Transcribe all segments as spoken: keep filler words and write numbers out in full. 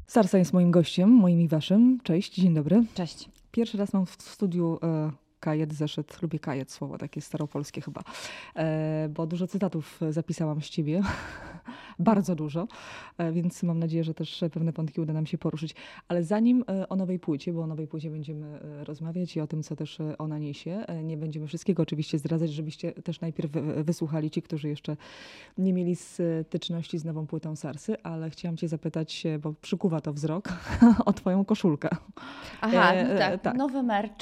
Sarsa jest moim gościem, moim i waszym. Cześć, dzień dobry. Cześć. Pierwszy raz mam w studiu e, kajet, zeszyt. Lubię kajet, słowo takie staropolskie chyba, e, bo dużo cytatów zapisałam z ciebie. Bardzo dużo, e, więc mam nadzieję, że też pewne wątki uda nam się poruszyć. Ale zanim e, o nowej płycie, bo o nowej płycie będziemy e, rozmawiać i o tym, co też e, ona niesie. E, nie będziemy wszystkiego oczywiście zdradzać, żebyście też najpierw wy- wysłuchali ci, którzy jeszcze nie mieli styczności z nową płytą Sarsy, ale chciałam cię zapytać, e, bo przykuwa to wzrok, o twoją koszulkę. Aha, E, no e, tak, tak. nowy merch.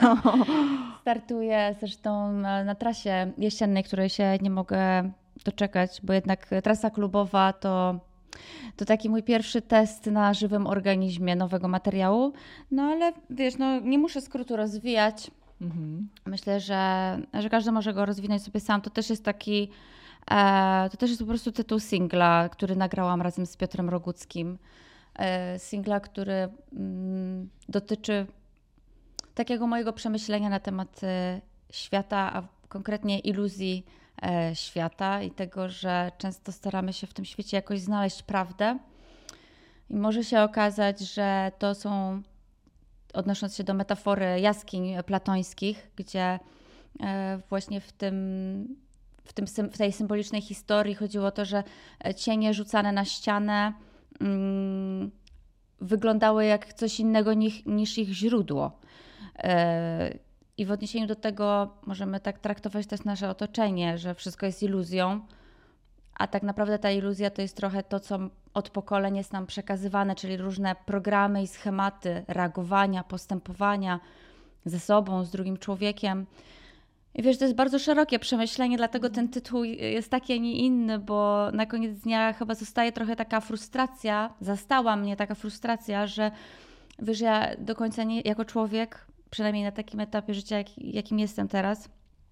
Startuję zresztą na trasie jesiennej, której się nie mogę doczekać, bo jednak trasa klubowa to, to taki mój pierwszy test na żywym organizmie nowego materiału. No ale wiesz, no nie muszę skrótu rozwijać. Mhm. Myślę, że, że każdy może go rozwinąć sobie sam. To też jest taki, e, to też jest po prostu tytuł singla, który nagrałam razem z Piotrem Roguckim. E, singla, który mm, dotyczy takiego mojego przemyślenia na temat e, świata, a konkretnie iluzji e, świata i tego, że często staramy się w tym świecie jakoś znaleźć prawdę. I może się okazać, że to są, odnosząc się do metafory jaskiń platońskich, gdzie e, właśnie w tym, w, tym, sym- w tej symbolicznej historii chodziło o to, że cienie rzucane na ścianę mm, wyglądały jak coś innego niż, niż ich źródło. E, I w odniesieniu do tego możemy tak traktować też nasze otoczenie, że wszystko jest iluzją, a tak naprawdę ta iluzja to jest trochę to, co od pokoleń jest nam przekazywane, czyli różne programy i schematy reagowania, postępowania ze sobą, z drugim człowiekiem. I wiesz, to jest bardzo szerokie przemyślenie, dlatego ten tytuł jest taki, a nie inny, bo na koniec dnia chyba zostaje trochę taka frustracja, zastała mnie taka frustracja, że wiesz, ja do końca nie, jako człowiek, przynajmniej na takim etapie życia, jak, jakim jestem teraz,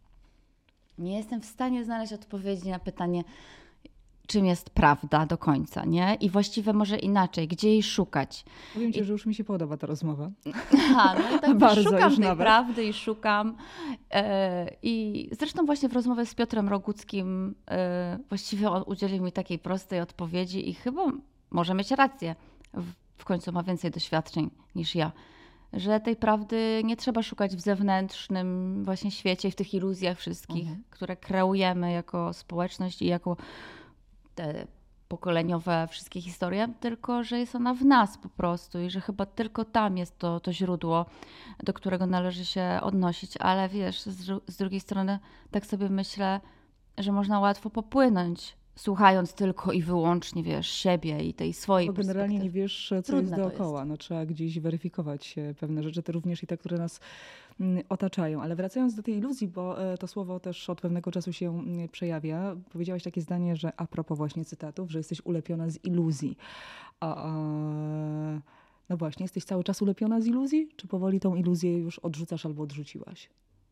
nie jestem w stanie znaleźć odpowiedzi na pytanie, czym jest prawda do końca, nie? I właściwie może inaczej, gdzie jej szukać. Powiem ci, I- że już mi się podoba ta rozmowa. Aha, no i tak Bardzo szukam już tej nawet. prawdy i szukam. E, I zresztą właśnie w rozmowie z Piotrem Roguckim e, właściwie on udzielił mi takiej prostej odpowiedzi i chyba może mieć rację. W, w końcu ma więcej doświadczeń niż ja. Że tej prawdy nie trzeba szukać w zewnętrznym właśnie świecie, w tych iluzjach wszystkich, Mhm. które kreujemy jako społeczność i jako te pokoleniowe wszystkie historie, tylko że jest ona w nas po prostu i że chyba tylko tam jest to, to źródło, do którego należy się odnosić. Ale wiesz, z, dru- z drugiej strony tak sobie myślę, że można łatwo popłynąć, słuchając tylko i wyłącznie, wiesz, siebie i tej swojej Bo generalnie nie perspektywy. wiesz, co Trudne jest to dookoła. No, trzeba gdzieś weryfikować e, pewne rzeczy, te również i te, które nas mm, otaczają. Ale wracając do tej iluzji, bo e, to słowo też od pewnego czasu się mm, przejawia. Powiedziałaś takie zdanie, że a propos właśnie cytatów, że jesteś ulepiona z iluzji. A, a, no właśnie, jesteś cały czas ulepiona z iluzji? Czy powoli tą iluzję już odrzucasz albo odrzuciłaś?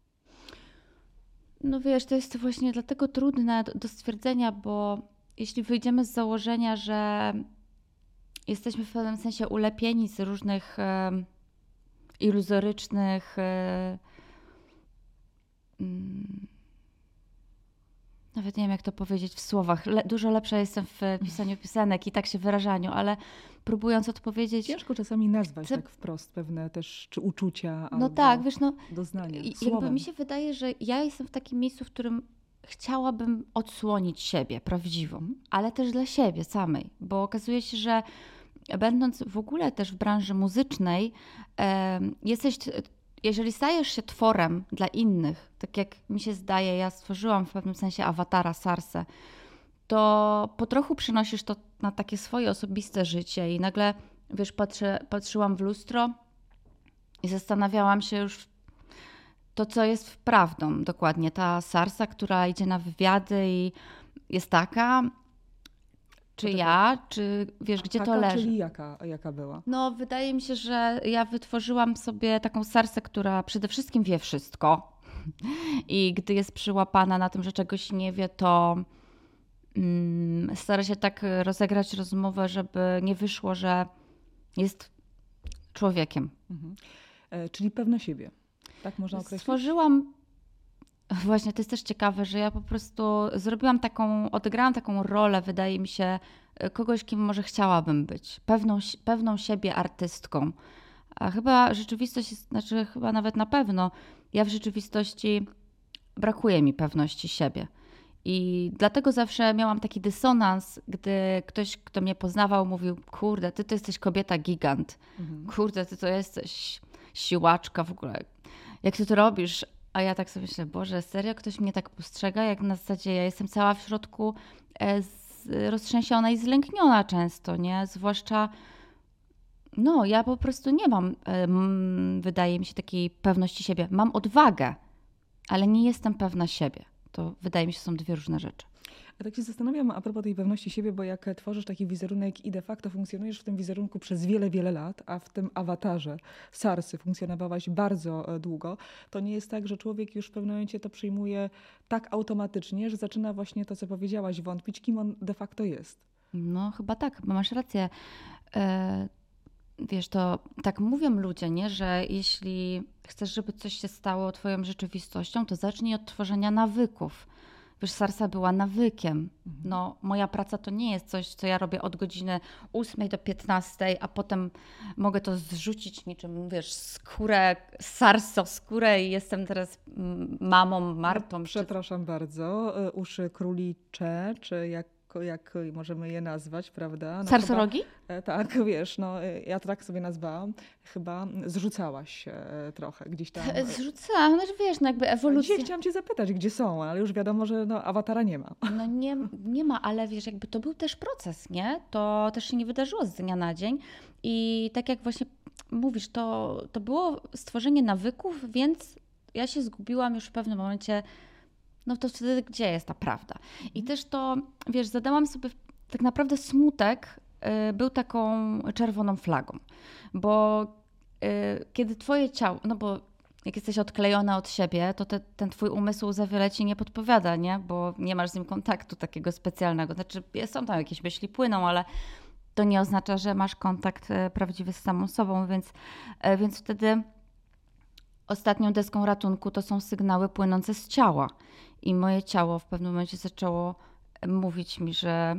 No wiesz, to jest właśnie dlatego trudne do, do stwierdzenia, bo jeśli wyjdziemy z założenia, że jesteśmy w pewnym sensie ulepieni z różnych e, iluzorycznych, e, mm, nawet nie wiem jak to powiedzieć w słowach, Le, dużo lepsza jestem w pisaniu piosenek i tak się wyrażaniu, ale próbując odpowiedzieć, Ciężko czasami nazwać Co- tak wprost pewne też czy uczucia no albo tak, wiesz, no doznania. I- jakby Słowem. mi się wydaje, że ja jestem w takim miejscu, w którym chciałabym odsłonić siebie prawdziwą, Mhm. ale też dla siebie samej, bo okazuje się, że będąc w ogóle też w branży muzycznej, em, jesteś, jeżeli stajesz się tworem dla innych, tak jak mi się zdaje, ja stworzyłam w pewnym sensie awatara Sarsę, to po trochu przynosisz to na takie swoje osobiste życie i nagle, wiesz, patrzę, patrzyłam w lustro i zastanawiałam się już to, co jest prawdą dokładnie. Ta Sarsa, która idzie na wywiady i jest taka, czy Poczekaj. ja, czy wiesz, gdzie Taka, to leży. czyli jaka, jaka była? No, wydaje mi się, że ja wytworzyłam sobie taką Sarsę, która przede wszystkim wie wszystko. I gdy jest przyłapana na tym, że czegoś nie wie, to mm, stara się tak rozegrać rozmowę, żeby nie wyszło, że jest człowiekiem. Mhm. E, czyli pewna siebie. Tak można określić? Stworzyłam, właśnie to jest też ciekawe, że ja po prostu zrobiłam taką, odegrałam taką rolę, wydaje mi się, kogoś, kim może chciałabym być, pewną, pewną siebie artystką. A chyba rzeczywistość jest, znaczy chyba nawet na pewno, ja w rzeczywistości brakuje mi pewności siebie. I dlatego zawsze miałam taki dysonans, gdy ktoś, kto mnie poznawał, mówił, kurde, ty to jesteś kobieta gigant, mhm. kurde, ty to jesteś siłaczka w ogóle, jak ty to robisz? A ja tak sobie myślę, Boże, serio ktoś mnie tak postrzega, jak na zasadzie ja jestem cała w środku roztrzęsiona i zlękniona często, nie? Zwłaszcza, no ja po prostu nie mam, wydaje mi się, takiej pewności siebie. Mam odwagę, ale nie jestem pewna siebie. To wydaje mi się, są dwie różne rzeczy. Ja tak się zastanawiam a propos tej pewności siebie, bo jak tworzysz taki wizerunek i de facto funkcjonujesz w tym wizerunku przez wiele, wiele lat, a w tym awatarze Sarsy funkcjonowałaś bardzo długo, to nie jest tak, że człowiek już w pewnym momencie to przyjmuje tak automatycznie, że zaczyna właśnie to, co powiedziałaś, wątpić, kim on de facto jest. No chyba tak, bo masz rację. E- Wiesz, to tak mówią ludzie, nie? Że jeśli chcesz, żeby coś się stało twoją rzeczywistością, to zacznij od tworzenia nawyków. Wiesz, Sarsa była nawykiem. No, moja praca to nie jest coś, co ja robię od godziny ósmej do piętnastej, a potem mogę to zrzucić niczym, wiesz, skórę, Sarso skórę i jestem teraz mamą, Martą. No, przepraszam czy... bardzo, uszy królicze, czy jak jak możemy je nazwać, prawda? No Sarsorogi? Chyba, tak, wiesz, no ja tak sobie nazwałam. Chyba zrzucałaś się trochę gdzieś tam. Zrzucałam, znaczy wiesz, no jakby ewolucja. Dzisiaj chciałam cię zapytać, gdzie są, ale już wiadomo, że no, awatara nie ma. No nie, nie ma, ale wiesz, jakby to był też proces, nie? To też się nie wydarzyło z dnia na dzień i tak jak właśnie mówisz, to, to było stworzenie nawyków, więc ja się zgubiłam już w pewnym momencie. No to wtedy gdzie jest ta prawda? I też to, wiesz, zadałam sobie tak naprawdę smutek y, był taką czerwoną flagą, bo y, kiedy twoje ciało, no bo jak jesteś odklejona od siebie, to te, ten twój umysł za wiele ci nie podpowiada, nie? Bo nie masz z nim kontaktu takiego specjalnego. Znaczy są tam jakieś myśli płyną, ale to nie oznacza, że masz kontakt prawdziwy z samą sobą, więc, y, więc wtedy ostatnią deską ratunku to są sygnały płynące z ciała. I moje ciało w pewnym momencie zaczęło mówić mi, że,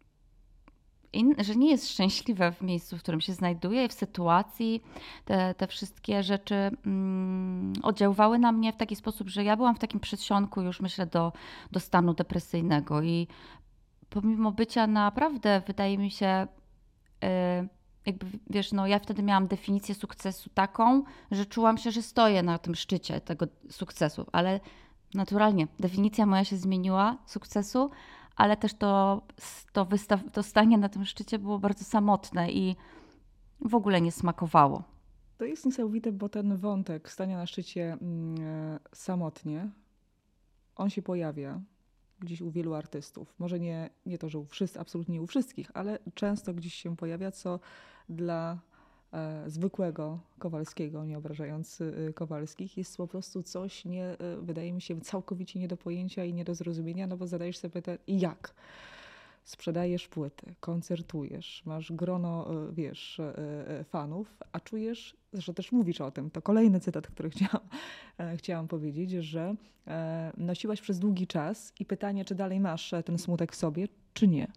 in, że nie jest szczęśliwe w miejscu, w którym się znajduje i w sytuacji. Te, te wszystkie rzeczy mm, oddziaływały na mnie w taki sposób, że ja byłam w takim przedsionku już myślę do, do stanu depresyjnego i pomimo bycia naprawdę wydaje mi się yy, jakby wiesz, no ja wtedy miałam definicję sukcesu taką, że czułam się, że stoję na tym szczycie tego sukcesu, ale naturalnie definicja moja się zmieniła sukcesu, ale też to, to, wystaw, to stanie na tym szczycie było bardzo samotne i w ogóle nie smakowało. To jest niesamowite, bo ten wątek stania na szczycie mm, samotnie, on się pojawia gdzieś u wielu artystów. Może nie, nie to, że u wszyscy, absolutnie u wszystkich, ale często gdzieś się pojawia, co dla e, zwykłego Kowalskiego, nie obrażając e, Kowalskich, jest po prostu coś, nie, e, wydaje mi się, całkowicie nie do pojęcia i nie do zrozumienia, no bo zadajesz sobie pytanie, jak? Sprzedajesz płyty, koncertujesz, masz grono, wiesz, fanów, a czujesz, że też mówisz o tym, to kolejny cytat, który chciałam, chciałam powiedzieć, że nosiłaś przez długi czas i pytanie, czy dalej masz ten smutek w sobie, czy nie?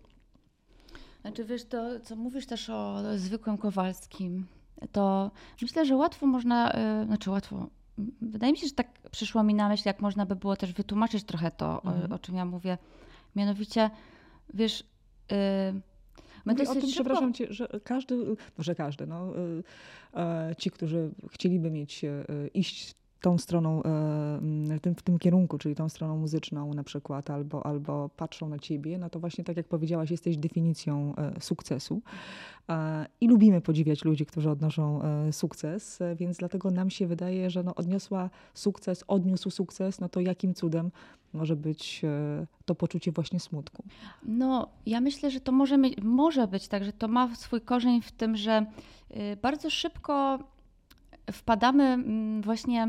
Znaczy wiesz, to co mówisz też o zwykłym Kowalskim, to myślę, że łatwo można, yy, znaczy łatwo, wydaje mi się, że tak przyszło mi na myśl, jak można by było też wytłumaczyć trochę to, mhm. o, o czym ja mówię, mianowicie wiesz, yy, my Mówię dosyć o tym, szybko... przepraszam cię, że każdy, może każdy, no, yy, yy, ci, którzy chcieliby mieć, yy, iść tą stroną, yy, tym, w tym kierunku, czyli tą stroną muzyczną na przykład, albo, albo patrzą na ciebie, no to właśnie tak jak powiedziałaś, jesteś definicją yy, sukcesu. I lubimy podziwiać ludzi, którzy odnoszą sukces, więc dlatego nam się wydaje, że no odniosła sukces, odniósł sukces, no to jakim cudem może być to poczucie właśnie smutku? No, ja myślę, że to może, mieć, może być tak, że to ma swój korzeń w tym, że bardzo szybko wpadamy właśnie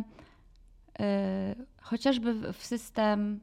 chociażby w system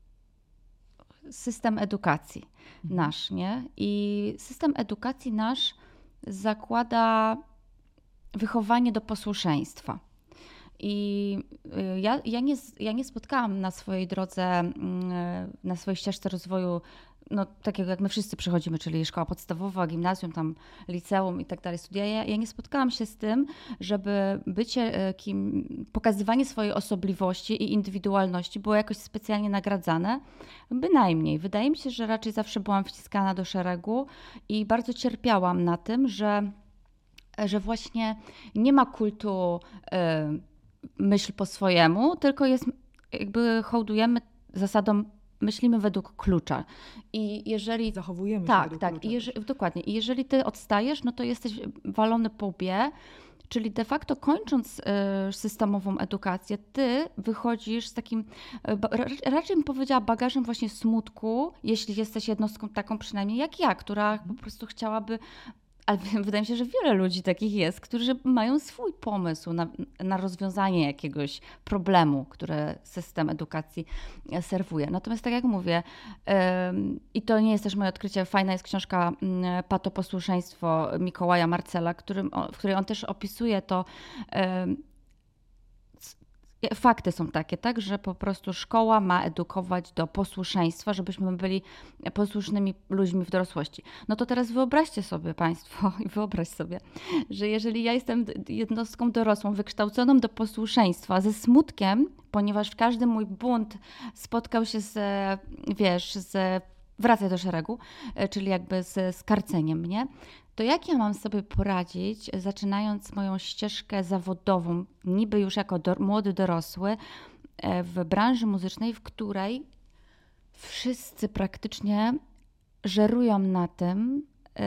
system edukacji mhm. nasz, nie? I system edukacji nasz zakłada wychowanie do posłuszeństwa. I ja, ja, nie, ja nie spotkałam na swojej drodze, na swojej ścieżce rozwoju, no takiego jak my wszyscy przechodzimy, czyli szkoła podstawowa, gimnazjum, tam liceum i tak dalej, studia. Ja, ja nie spotkałam się z tym, żeby bycie kim, pokazywanie swojej osobliwości i indywidualności było jakoś specjalnie nagradzane. Bynajmniej. Wydaje mi się, że raczej zawsze byłam wciskana do szeregu i bardzo cierpiałam na tym, że, że właśnie nie ma kultu y, myśl po swojemu, tylko jest jakby hołdujemy zasadom myślimy według klucza. I jeżeli Zachowujemy się tak, według tak, klucza. i jeżeli, dokładnie. I jeżeli ty odstajesz, no to jesteś walony po łbie, czyli de facto kończąc y, systemową edukację, ty wychodzisz z takim, y, ba, raczej bym powiedziała, bagażem właśnie smutku, jeśli jesteś jednostką taką przynajmniej jak ja, która po prostu chciałaby. Ale wydaje mi się, że wiele ludzi takich jest, którzy mają swój pomysł na, na rozwiązanie jakiegoś problemu, który system edukacji serwuje. Natomiast tak jak mówię, ym, i to nie jest też moje odkrycie, fajna jest książka ym, Patoposłuszeństwo Mikołaja Marcela, którym, w której on też opisuje to. Ym, Fakty są takie, tak, że po prostu szkoła ma edukować do posłuszeństwa, żebyśmy byli posłusznymi ludźmi w dorosłości. No to teraz wyobraźcie sobie Państwo i wyobraź sobie, że jeżeli ja jestem jednostką dorosłą, wykształconą do posłuszeństwa, ze smutkiem, ponieważ każdy mój bunt spotkał się z, wiesz, z wracaj do szeregu, czyli jakby z skarceniem mnie, to jak ja mam sobie poradzić, zaczynając moją ścieżkę zawodową, niby już jako do, młody dorosły, w branży muzycznej, w której wszyscy praktycznie żerują na tym, yy,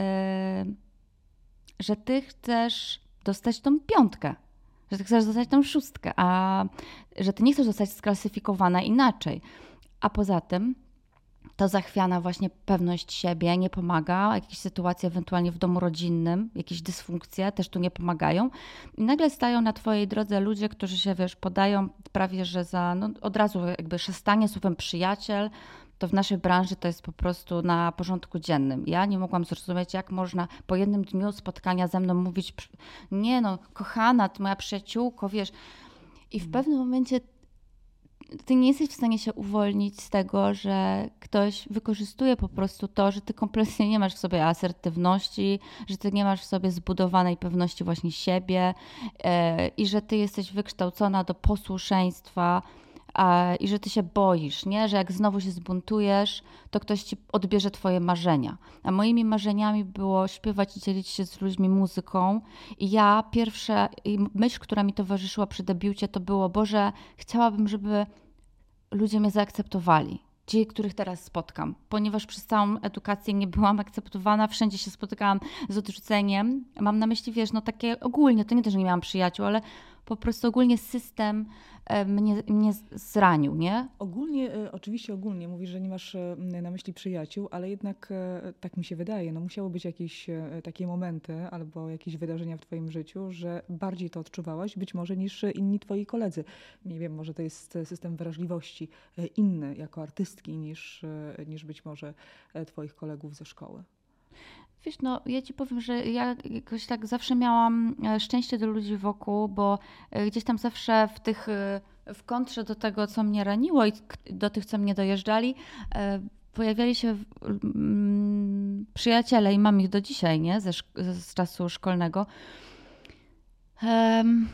że ty chcesz dostać tą piątkę, że ty chcesz dostać tą szóstkę, a że ty nie chcesz zostać sklasyfikowana inaczej. A poza tym to zachwiana właśnie pewność siebie nie pomaga, jakieś sytuacje ewentualnie w domu rodzinnym, jakieś dysfunkcje też tu nie pomagają. I nagle stają na twojej drodze ludzie, którzy się, wiesz, podają prawie, że za, no od razu jakby szastanie słowem przyjaciel, to w naszej branży to jest po prostu na porządku dziennym. Ja nie mogłam zrozumieć, jak można po jednym dniu spotkania ze mną mówić, nie no, kochana, ty moja przyjaciółko, wiesz. I w pewnym momencie ty nie jesteś w stanie się uwolnić z tego, że ktoś wykorzystuje po prostu to, że ty kompletnie nie masz w sobie asertywności, że ty nie masz w sobie zbudowanej pewności właśnie siebie yy, i że ty jesteś wykształcona do posłuszeństwa yy, i że ty się boisz, nie? Że jak znowu się zbuntujesz, to ktoś ci odbierze twoje marzenia. A moimi marzeniami było śpiewać i dzielić się z ludźmi muzyką i ja pierwsza myśl, która mi towarzyszyła przy debiucie, to było: Boże, chciałabym, żeby ludzie mnie zaakceptowali, ci, których teraz spotkam, ponieważ przez całą edukację nie byłam akceptowana, wszędzie się spotykałam z odrzuceniem. Mam na myśli, wiesz, no takie ogólnie, to nie to, że nie miałam przyjaciół, ale po prostu ogólnie system mnie, mnie zranił, nie? Ogólnie, oczywiście ogólnie mówisz, że nie masz na myśli przyjaciół, ale jednak tak mi się wydaje, no musiały być jakieś takie momenty albo jakieś wydarzenia w twoim życiu, że bardziej to odczuwałaś być może niż inni twoi koledzy. Nie wiem, może to jest system wrażliwości inny jako artystki niż, niż być może twoich kolegów ze szkoły. Wiesz, no ja ci powiem, że ja jakoś tak zawsze miałam szczęście do ludzi wokół, bo gdzieś tam zawsze w tych, w kontrze do tego, co mnie raniło i do tych, co mnie dojeżdżali, pojawiali się przyjaciele i mam ich do dzisiaj, nie? Ze, z czasu szkolnego. Um,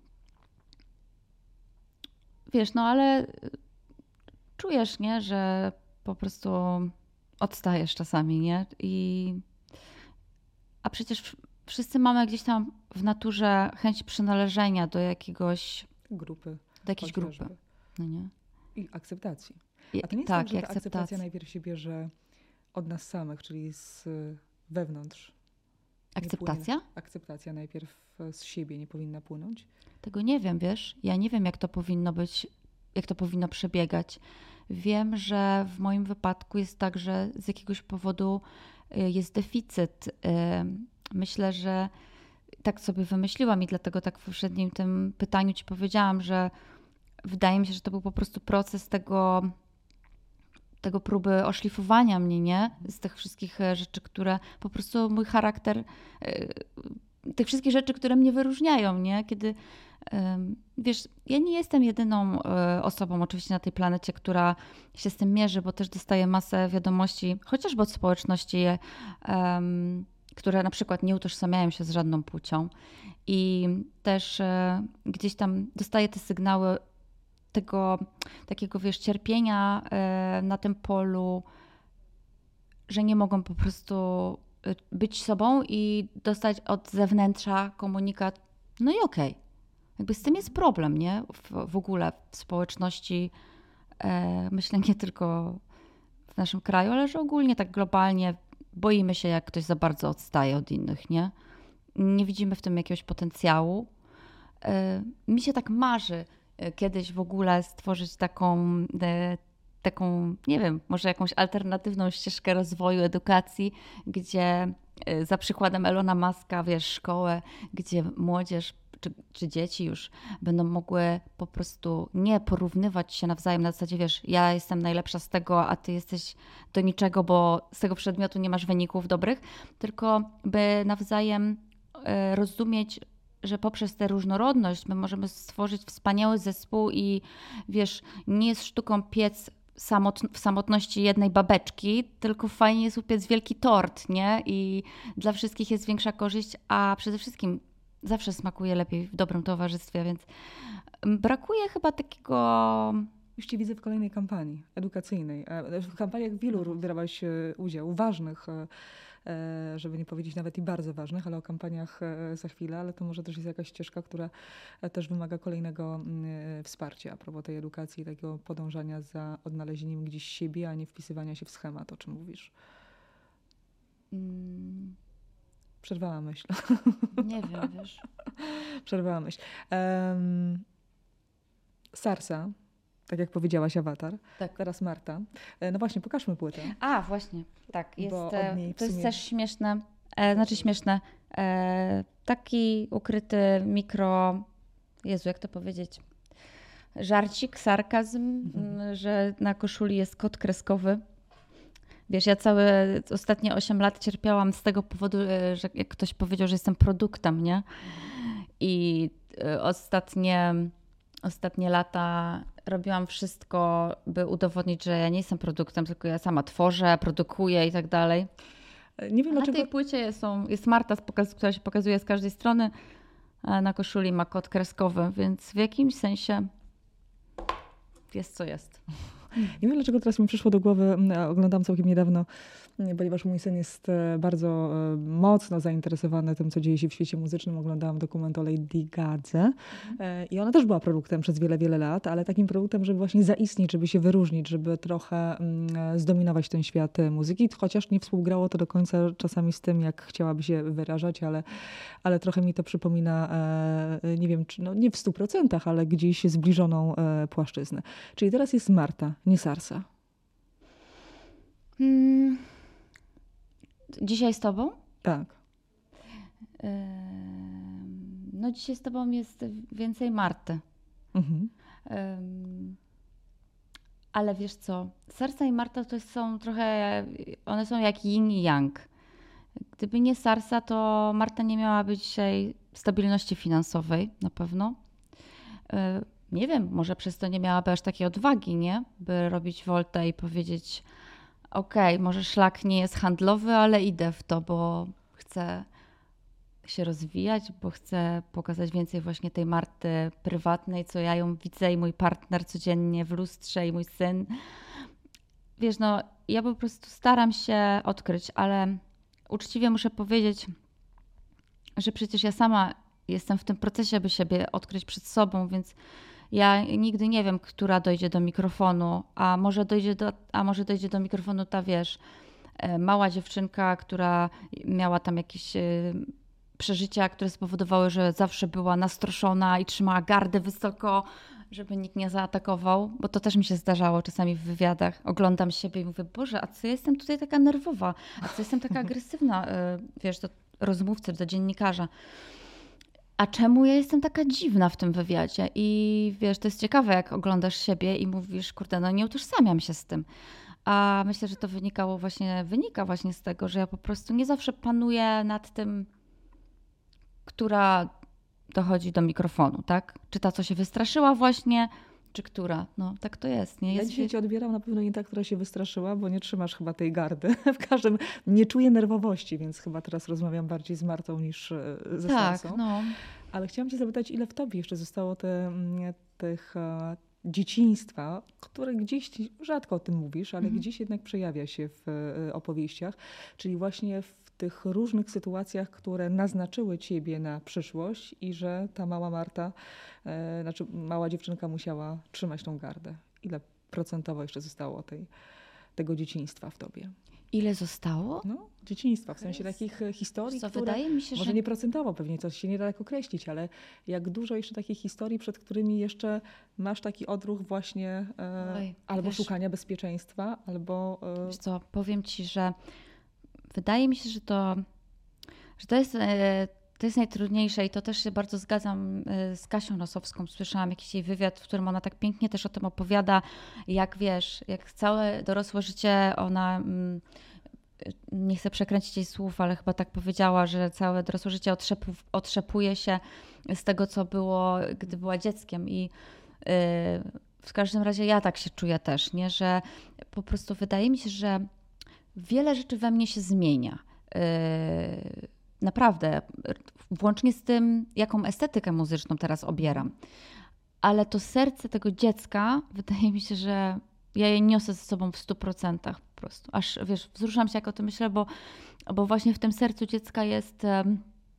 wiesz, no ale czujesz, nie? Że po prostu odstajesz czasami, nie? I a przecież wszyscy mamy gdzieś tam w naturze chęć przynależenia do jakiegoś grupy. Do jakiejś grupy. No nie? I akceptacji. A to nie jest tak, tak, że ta akceptacja. akceptacja najpierw się bierze od nas samych, czyli z wewnątrz. Akceptacja? Płynie, akceptacja najpierw z siebie nie powinna płynąć? Tego nie wiem, wiesz. Ja nie wiem, jak to powinno być, jak to powinno przebiegać. Wiem, że w moim wypadku jest tak, że z jakiegoś powodu jest deficyt. Myślę, że tak sobie wymyśliłam i dlatego tak w poprzednim tym pytaniu ci powiedziałam, że wydaje mi się, że to był po prostu proces tego, tego próby oszlifowania mnie, nie? Z tych wszystkich rzeczy, które po prostu mój charakter, tych wszystkich rzeczy, które mnie wyróżniają, nie? Kiedy Wiesz, ja nie jestem jedyną osobą oczywiście na tej planecie, która się z tym mierzy, bo też dostaję masę wiadomości, chociażby od społeczności, um, które na przykład nie utożsamiają się z żadną płcią. I też e, gdzieś tam dostaję te sygnały tego takiego, wiesz, cierpienia e, na tym polu, że nie mogą po prostu być sobą i dostać od zewnętrza komunikat, no i okej. Okay. Jakby z tym jest problem, nie? W, w ogóle w społeczności, e, myślę nie tylko w naszym kraju, ale że ogólnie tak globalnie boimy się, jak ktoś za bardzo odstaje od innych, nie? Nie widzimy w tym jakiegoś potencjału. E, mi się tak marzy e, kiedyś w ogóle stworzyć taką, e, taką, nie wiem, może jakąś alternatywną ścieżkę rozwoju edukacji, gdzie e, za przykładem Elona Muska, wiesz, szkołę, gdzie młodzież Czy, czy dzieci już będą mogły po prostu nie porównywać się nawzajem na zasadzie, wiesz, ja jestem najlepsza z tego, a ty jesteś do niczego, bo z tego przedmiotu nie masz wyników dobrych, tylko by nawzajem e, rozumieć, że poprzez tę różnorodność my możemy stworzyć wspaniały zespół i wiesz, nie jest sztuką piec samot- w samotności jednej babeczki, tylko fajnie jest upiec wielki tort, nie? I dla wszystkich jest większa korzyść, a przede wszystkim zawsze smakuje lepiej w dobrym towarzystwie, więc brakuje chyba takiego... Już cię widzę w kolejnej kampanii edukacyjnej. W kampaniach wielu brałaś udział, ważnych, żeby nie powiedzieć nawet i bardzo ważnych, ale o kampaniach za chwilę, ale to może też jest jakaś ścieżka, która też wymaga kolejnego wsparcia a propos tej edukacji, takiego podążania za odnalezieniem gdzieś siebie, a nie wpisywania się w schemat, o czym mówisz. Hmm. Przerwała myśl. Nie wiem, wiesz. Przerwała myśl. Um, Sarsa, tak jak powiedziałaś, Awatar. Tak. Teraz Marta. No właśnie, pokażmy płytę. A, właśnie, tak. Jest, Bo to sumie... jest też śmieszne. E, znaczy śmieszne. E, taki ukryty mikro... Jezu, jak to powiedzieć? Żarcik, sarkazm, mhm. że na koszuli jest kod kreskowy. Wiesz, ja całe ostatnie osiem lat cierpiałam z tego powodu, że jak ktoś powiedział, że jestem produktem, nie? I ostatnie, ostatnie lata robiłam wszystko, by udowodnić, że ja nie jestem produktem, tylko ja sama tworzę, produkuję i tak dalej. Nie wiem, a dlaczego... na tej płycie są, jest Marta, która się pokazuje z każdej strony, a na koszuli ma kod kreskowy, więc w jakimś sensie jest co jest. Nie wiem, dlaczego teraz mi przyszło do głowy, oglądam całkiem niedawno, ponieważ mój syn jest bardzo mocno zainteresowany tym, co dzieje się w świecie muzycznym. Oglądałam dokument o Lady Gadze mhm. i ona też była produktem przez wiele, wiele lat, ale takim produktem, żeby właśnie zaistnieć, żeby się wyróżnić, żeby trochę zdominować ten świat muzyki, chociaż nie współgrało to do końca czasami z tym, jak chciałaby się wyrażać, ale, ale trochę mi to przypomina, nie wiem, czy, no nie w stu procentach, ale gdzieś zbliżoną płaszczyznę. Czyli teraz jest Marta, nie Sarsa. Hmm. Dzisiaj z tobą? Tak. Yy, no dzisiaj z tobą jest więcej Marty. Mhm. Yy, ale wiesz co, Sarsa i Marta to są trochę, one są jak yin i yang. Gdyby nie Sarsa, to Marta nie miałaby dzisiaj stabilności finansowej na pewno. Yy, nie wiem, może przez to nie miałaby aż takiej odwagi, nie? By robić woltę i powiedzieć: okej, okay, może szlak nie jest handlowy, ale idę w to, bo chcę się rozwijać, bo chcę pokazać więcej właśnie tej Marty prywatnej, co ja ją widzę i mój partner codziennie w lustrze i mój syn. Wiesz, no ja po prostu staram się odkryć, ale uczciwie muszę powiedzieć, że przecież ja sama jestem w tym procesie, by siebie odkryć przed sobą, więc ja nigdy nie wiem, która dojdzie do mikrofonu, a może dojdzie do, a może dojdzie do mikrofonu ta, wiesz, mała dziewczynka, która miała tam jakieś przeżycia, które spowodowały, że zawsze była nastroszona i trzymała gardę wysoko, żeby nikt nie zaatakował, bo to też mi się zdarzało czasami w wywiadach. Oglądam siebie i mówię: Boże, a co ja jestem tutaj taka nerwowa, a co jestem taka agresywna, wiesz, do rozmówcy, do dziennikarza. A czemu ja jestem taka dziwna w tym wywiadzie? I wiesz, to jest ciekawe, jak oglądasz siebie i mówisz: kurde, no nie utożsamiam się z tym. A myślę, że to wynikało właśnie, wynika właśnie z tego, że ja po prostu nie zawsze panuję nad tym, która dochodzi do mikrofonu, tak? Czy ta, co się wystraszyła właśnie, czy która? No tak to jest. Nie? Ja jest dzisiaj cię odbieram na pewno nie ta, która się wystraszyła, bo nie trzymasz chyba tej gardy. W każdym nie czuję nerwowości, więc chyba teraz rozmawiam bardziej z Martą niż e, ze tak, Sansą. no. Ale chciałam cię zapytać, ile w tobie jeszcze zostało te, mm, tych e, dzieciństwa, które gdzieś, rzadko o tym mówisz, ale Mhm. gdzieś jednak przejawia się w e, opowieściach, czyli właśnie w tych różnych sytuacjach, które naznaczyły ciebie na przyszłość i że ta mała Marta, e, znaczy mała dziewczynka musiała trzymać tą gardę. Ile procentowo jeszcze zostało tej, tego dzieciństwa w tobie? Ile zostało? No, dzieciństwa, w sensie takich e, historii, Co, które... wydaje mi się, Może że nie procentowo, pewnie coś się nie da tak określić, ale jak dużo jeszcze takich historii, przed którymi jeszcze masz taki odruch właśnie e, Oj, albo wiesz- szukania bezpieczeństwa, albo... E, Wiesz co, powiem ci, że wydaje mi się, że to, że to jest, e, to jest najtrudniejsze i to też się bardzo zgadzam e, z Kasią Nosowską. Słyszałam jakiś jej wywiad, w którym ona tak pięknie też o tym opowiada, jak wiesz, jak całe dorosłe życie ona, mm, nie chcę przekręcić jej słów, ale chyba tak powiedziała, że całe dorosłe życie otrzepu, otrzepuje się z tego, co było, gdy była dzieckiem i yy, w każdym razie ja tak się czuję też, nie? Że po prostu wydaje mi się, że wiele rzeczy we mnie się zmienia. Yy, naprawdę, włącznie z tym, jaką estetykę muzyczną teraz obieram. Ale to serce tego dziecka, wydaje mi się, że ja je niosę ze sobą w stu procentach po prostu. Aż, wiesz, wzruszam się, jak o tym myślę, bo, bo właśnie w tym sercu dziecka jest em,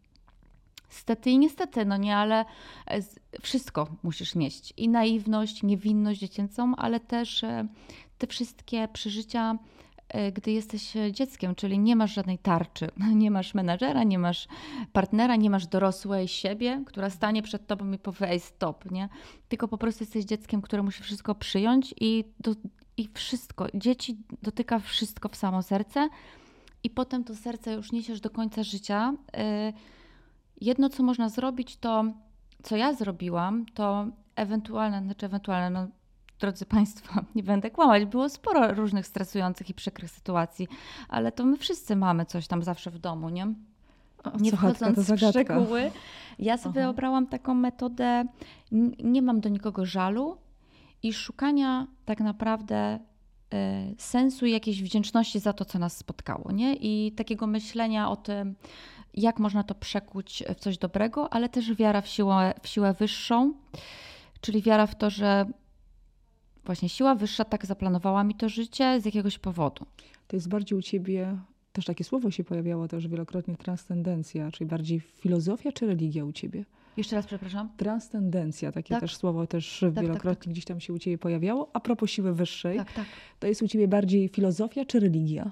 stety i niestety, no nie, ale e, z- wszystko musisz nieść. I naiwność, niewinność dziecięcą, ale też e, te wszystkie przeżycia, e, gdy jesteś e, dzieckiem, czyli nie masz żadnej tarczy, nie masz menadżera, nie masz partnera, nie masz dorosłej siebie, która stanie przed tobą i powie, ej, stop, nie? Tylko po prostu jesteś dzieckiem, które musi wszystko przyjąć i, do, i wszystko. Dzieci dotyka wszystko w samo serce i potem to serce już niesiesz do końca życia. Y, Jedno, co można zrobić, to co ja zrobiłam, to ewentualne, znaczy ewentualne, no drodzy Państwo, nie będę kłamać, było sporo różnych stresujących i przykrych sytuacji, ale to my wszyscy mamy coś tam zawsze w domu, nie? a Nie co chatka, wchodząc to w zagadka. szczegóły, ja sobie Aha. obrałam taką metodę, n- nie mam do nikogo żalu i szukania tak naprawdę e, sensu i jakiejś wdzięczności za to, co nas spotkało, nie? I takiego myślenia o tym, jak można to przekuć w coś dobrego, ale też wiara w siłę, w siłę wyższą, czyli wiara w to, że właśnie siła wyższa tak zaplanowała mi to życie z jakiegoś powodu. To jest bardziej u ciebie, też takie słowo się pojawiało też wielokrotnie, transcendencja, czyli bardziej filozofia czy religia u ciebie? Jeszcze raz przepraszam. Transcendencja, takie Tak. też słowo też tak, wielokrotnie tak. gdzieś tam się u ciebie pojawiało. A propos siły wyższej, Tak, tak. to jest u ciebie bardziej filozofia czy religia?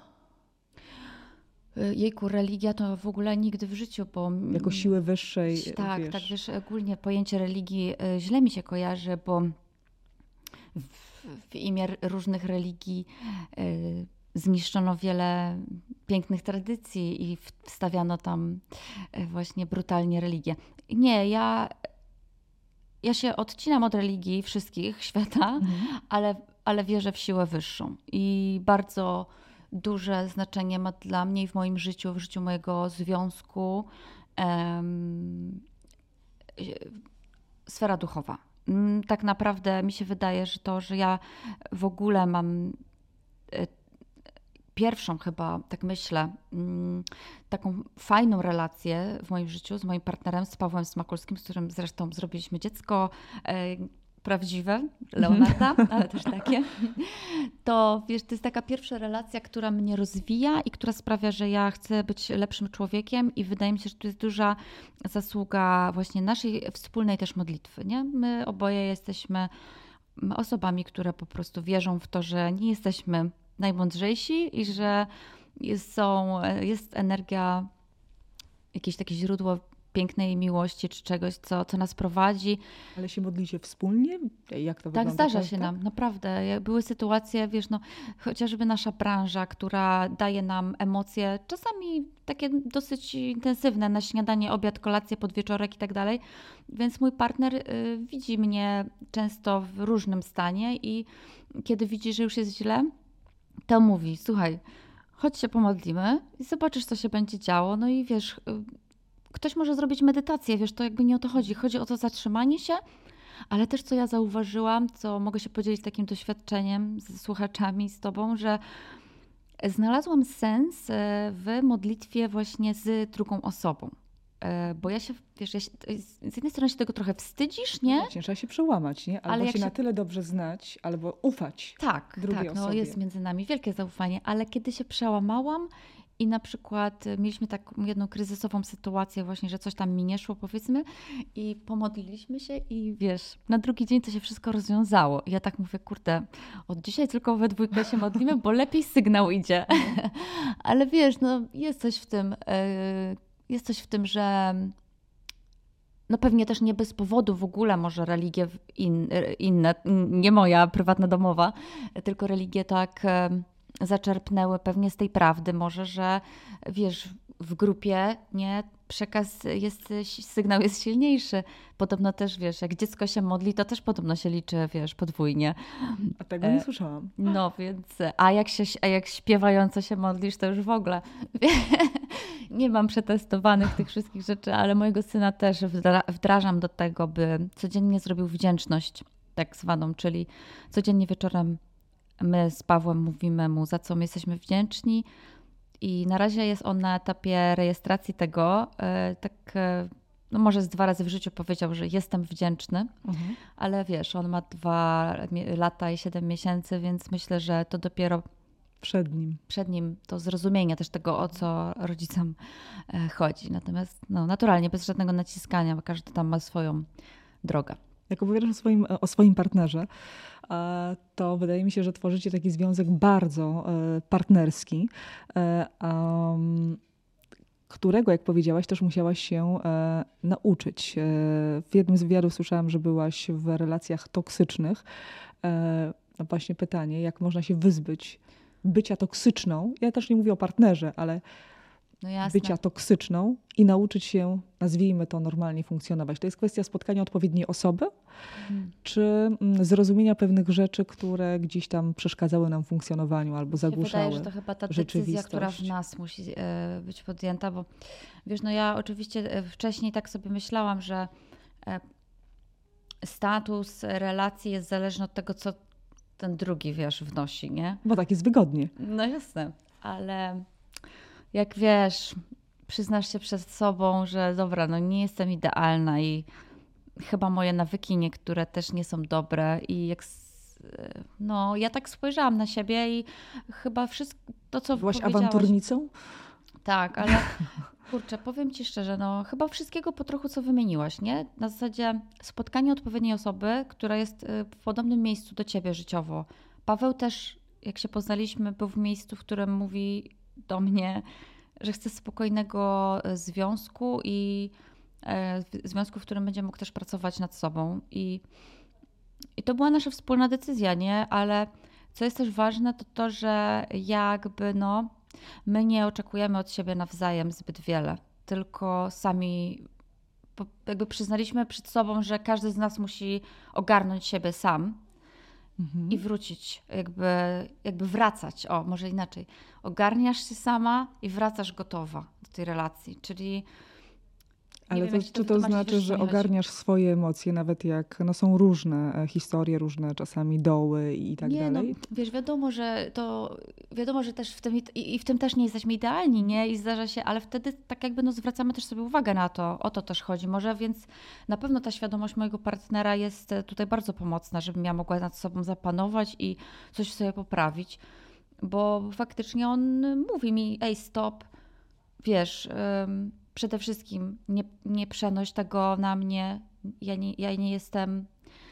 Y, Jejku, religia to w ogóle nigdy w życiu, bo... Jako siły wyższej, Tak, wiesz, tak, wiesz, ogólnie pojęcie religii y, źle mi się kojarzy, bo w, w imię r- różnych religii y, zniszczono wiele pięknych tradycji i w- wstawiano tam y, właśnie brutalnie religię. Nie, ja, ja się odcinam od religii wszystkich świata, Mhm. ale, ale wierzę w siłę wyższą i bardzo duże znaczenie ma dla mnie i w moim życiu, w życiu mojego związku em, sfera duchowa. Mm, Tak naprawdę mi się wydaje, że to, że ja w ogóle mam e, pierwszą chyba, tak myślę, mm, taką fajną relację w moim życiu z moim partnerem, z Pawłem Smakulskim, z którym zresztą zrobiliśmy dziecko e, prawdziwe, Leonarda, ale też takie. To wiesz, to jest taka pierwsza relacja, która mnie rozwija i która sprawia, że ja chcę być lepszym człowiekiem i wydaje mi się, że to jest duża zasługa właśnie naszej wspólnej też modlitwy, nie? My oboje jesteśmy osobami, które po prostu wierzą w to, że nie jesteśmy najmądrzejsi i że jest, są, jest energia, jakieś takie źródło pięknej miłości czy czegoś, co, co nas prowadzi. Ale się modlicie wspólnie? Jak to Tak, wygląda? zdarza Tak, się tak? nam, naprawdę. Jak Były sytuacje, wiesz, no, chociażby nasza branża, która daje nam emocje, czasami takie dosyć intensywne, na śniadanie, obiad, kolację, podwieczorek i tak dalej. Więc mój partner y, widzi mnie często w różnym stanie i kiedy widzi, że już jest źle, to mówi, słuchaj, chodź się pomodlimy i zobaczysz, co się będzie działo. No i wiesz, y, ktoś może zrobić medytację, wiesz, to jakby nie o to chodzi. Chodzi o to zatrzymanie się, ale też co ja zauważyłam, co mogę się podzielić takim doświadczeniem z słuchaczami, z tobą, że znalazłam sens w modlitwie właśnie z drugą osobą. Bo ja się, wiesz, ja się, z jednej strony się tego trochę wstydzisz, nie? Właśnie, trzeba się przełamać, nie? Albo Ale się, jak się na tyle dobrze znać, albo ufać Tak, drugiej tak, no osobie. jest między nami wielkie zaufanie, ale kiedy się przełamałam i na przykład mieliśmy taką jedną kryzysową sytuację właśnie, że coś tam mi nie szło, powiedzmy, i pomodliliśmy się i wiesz, na drugi dzień to się wszystko rozwiązało. I ja tak mówię, kurde, od dzisiaj tylko we dwójkę się modlimy, bo lepiej sygnał idzie. Ale wiesz, no jest coś w tym, yy, jest coś w tym, że no pewnie też nie bez powodu w ogóle może religie in, inne, nie moja prywatna domowa, tylko religie tak zaczerpnęły pewnie z tej prawdy może, że wiesz, w grupie nie przekaz jest, sygnał jest silniejszy. Podobno też wiesz, jak dziecko się modli, to też podobno się liczy, wiesz, podwójnie. A tego nie słyszałam. No więc, a jak, się, a jak śpiewająco się modlisz, to już w ogóle. Nie mam przetestowanych tych wszystkich rzeczy, ale mojego syna też wdra- wdrażam do tego, by codziennie zrobił wdzięczność tak zwaną, czyli codziennie wieczorem my z Pawłem mówimy mu, za co my jesteśmy wdzięczni i na razie jest on na etapie rejestracji tego, tak no może z dwa razy w życiu powiedział, że jestem wdzięczny, mhm. ale wiesz, on ma dwa lata i siedem miesięcy, więc myślę, że to dopiero Przed nim. Przed nim to zrozumienie też tego, o co rodzicom chodzi. Natomiast no, naturalnie, bez żadnego naciskania, bo każdy tam ma swoją drogę. Jak opowiadasz o swoim, o swoim partnerze, to wydaje mi się, że tworzycie taki związek bardzo partnerski, którego, jak powiedziałaś, też musiałaś się nauczyć. W jednym z wywiadów słyszałam, że byłaś w relacjach toksycznych. No właśnie pytanie, jak można się wyzbyć bycia toksyczną, ja też nie mówię o partnerze, ale no bycia toksyczną i nauczyć się, nazwijmy to, normalnie funkcjonować. To jest kwestia spotkania odpowiedniej osoby, hmm. czy zrozumienia pewnych rzeczy, które gdzieś tam przeszkadzały nam w funkcjonowaniu albo zagłuszały rzeczywistość. Wydaje, że to chyba ta decyzja, która w nas musi być podjęta, bo wiesz, no ja oczywiście wcześniej tak sobie myślałam, że status relacji jest zależny od tego, co ten drugi, wiesz, wnosi, nie? Bo tak jest wygodnie. No jasne, ale jak wiesz, przyznasz się przed sobą, że dobra, no nie jestem idealna i chyba moje nawyki niektóre też nie są dobre i jak, no ja tak spojrzałam na siebie i chyba wszystko to, co Byłaś powiedziałaś... awanturnicą? Tak, ale kurczę, powiem ci szczerze, no chyba wszystkiego po trochu, co wymieniłaś, nie? Na zasadzie spotkanie odpowiedniej osoby, która jest w podobnym miejscu do ciebie życiowo. Paweł też, jak się poznaliśmy, był w miejscu, w którym mówi do mnie, że chce spokojnego związku i związku, w którym będzie mógł też pracować nad sobą. I, i to była nasza wspólna decyzja, nie? Ale co jest też ważne, to to, że jakby no my nie oczekujemy od siebie nawzajem zbyt wiele, tylko sami jakby przyznaliśmy przed sobą, że każdy z nas musi ogarnąć siebie sam mhm. i wrócić, jakby, jakby wracać, o może inaczej, ogarniasz się sama i wracasz gotowa do tej relacji, czyli ale wiem, to, czy to znaczy, że ogarniasz swoje emocje, nawet jak no, są różne historie, różne czasami doły i tak nie, dalej? No, wiesz, wiadomo, że to wiadomo, że też w tym i, i w tym też nie jesteśmy idealni, nie? I zdarza się, ale wtedy tak jakby no, zwracamy też sobie uwagę na to, o to też chodzi. Może więc na pewno ta świadomość mojego partnera jest tutaj bardzo pomocna, żebym ja mogła nad sobą zapanować i coś sobie poprawić, bo faktycznie on mówi mi, ej stop, wiesz... Ym, Przede wszystkim nie, nie przenoś tego na mnie. Ja nie, ja nie jestem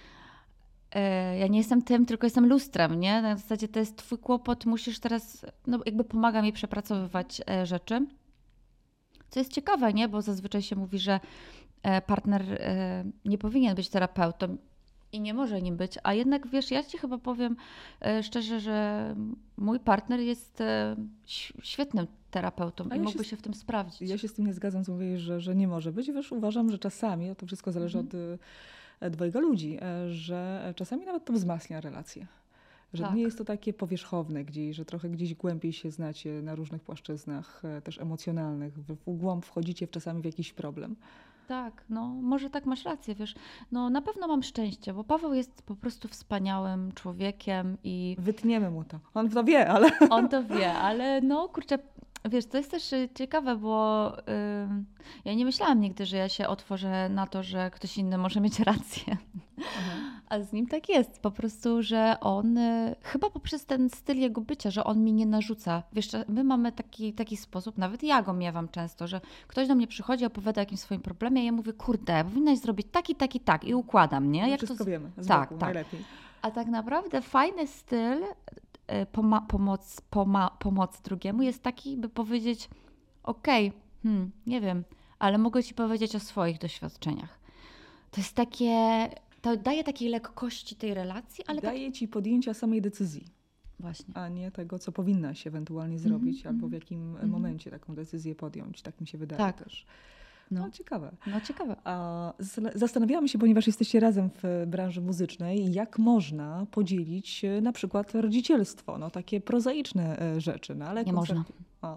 yy, ja nie jestem tym, tylko jestem lustrem, nie? Na zasadzie to jest twój kłopot, musisz teraz, no jakby pomaga mi przepracowywać yy, rzeczy. Co jest ciekawe, nie? Bo zazwyczaj się mówi, że yy, partner yy, nie powinien być terapeutą i nie może nim być, a jednak wiesz, ja ci chyba powiem yy, szczerze, że mój partner jest yy, świetnym terapeutą i ja mógłby się, się w tym sprawdzić. Ja się z tym nie zgadzam, co mówisz, że, że nie może być. Wiesz, uważam, że czasami, to wszystko zależy mm. od dwojga ludzi, że czasami nawet to wzmacnia relacje. Że Tak. nie jest to takie powierzchowne gdzieś, że trochę gdzieś głębiej się znacie na różnych płaszczyznach, e, też emocjonalnych. W, w głąb wchodzicie czasami w jakiś problem. Tak, no może tak masz rację, wiesz. No na pewno mam szczęście, bo Paweł jest po prostu wspaniałym człowiekiem i Wytniemy mu to. On to wie, ale... on to wie, ale no kurczę, wiesz, to jest też y, ciekawe, bo y, ja nie myślałam nigdy, że ja się otworzę na to, że ktoś inny może mieć rację. A z nim tak jest, po prostu, że on, y, chyba poprzez ten styl jego bycia, że on mi nie narzuca. Wiesz, że my mamy taki, taki sposób, nawet ja go miewam często, że ktoś do mnie przychodzi, opowiada o jakimś swoim problemie, ja mówię, kurde, powinnaś zrobić tak i tak i tak i układam, nie? My Jak wszystko to... wiemy, z tak, boku, tak. najlepiej. A tak naprawdę fajny styl y, poma- pomoc, poma- pomocy drugiemu jest taki, by powiedzieć, okej, hmm, nie wiem, ale mogę ci powiedzieć o swoich doświadczeniach. To jest takie, to daje takiej lekkości tej relacji, ale tak... Daje ci podjęcia samej decyzji, Właśnie. a nie tego, co powinnaś ewentualnie zrobić, albo w jakim mhm. momencie taką decyzję podjąć. Tak mi się wydaje Tak. też. No, No ciekawe. no ciekawe. A zastana- Zastanawiałam się, ponieważ jesteście razem w branży muzycznej, jak można podzielić e, na przykład rodzicielstwo, no takie prozaiczne e, rzeczy, no ale Nie można. O.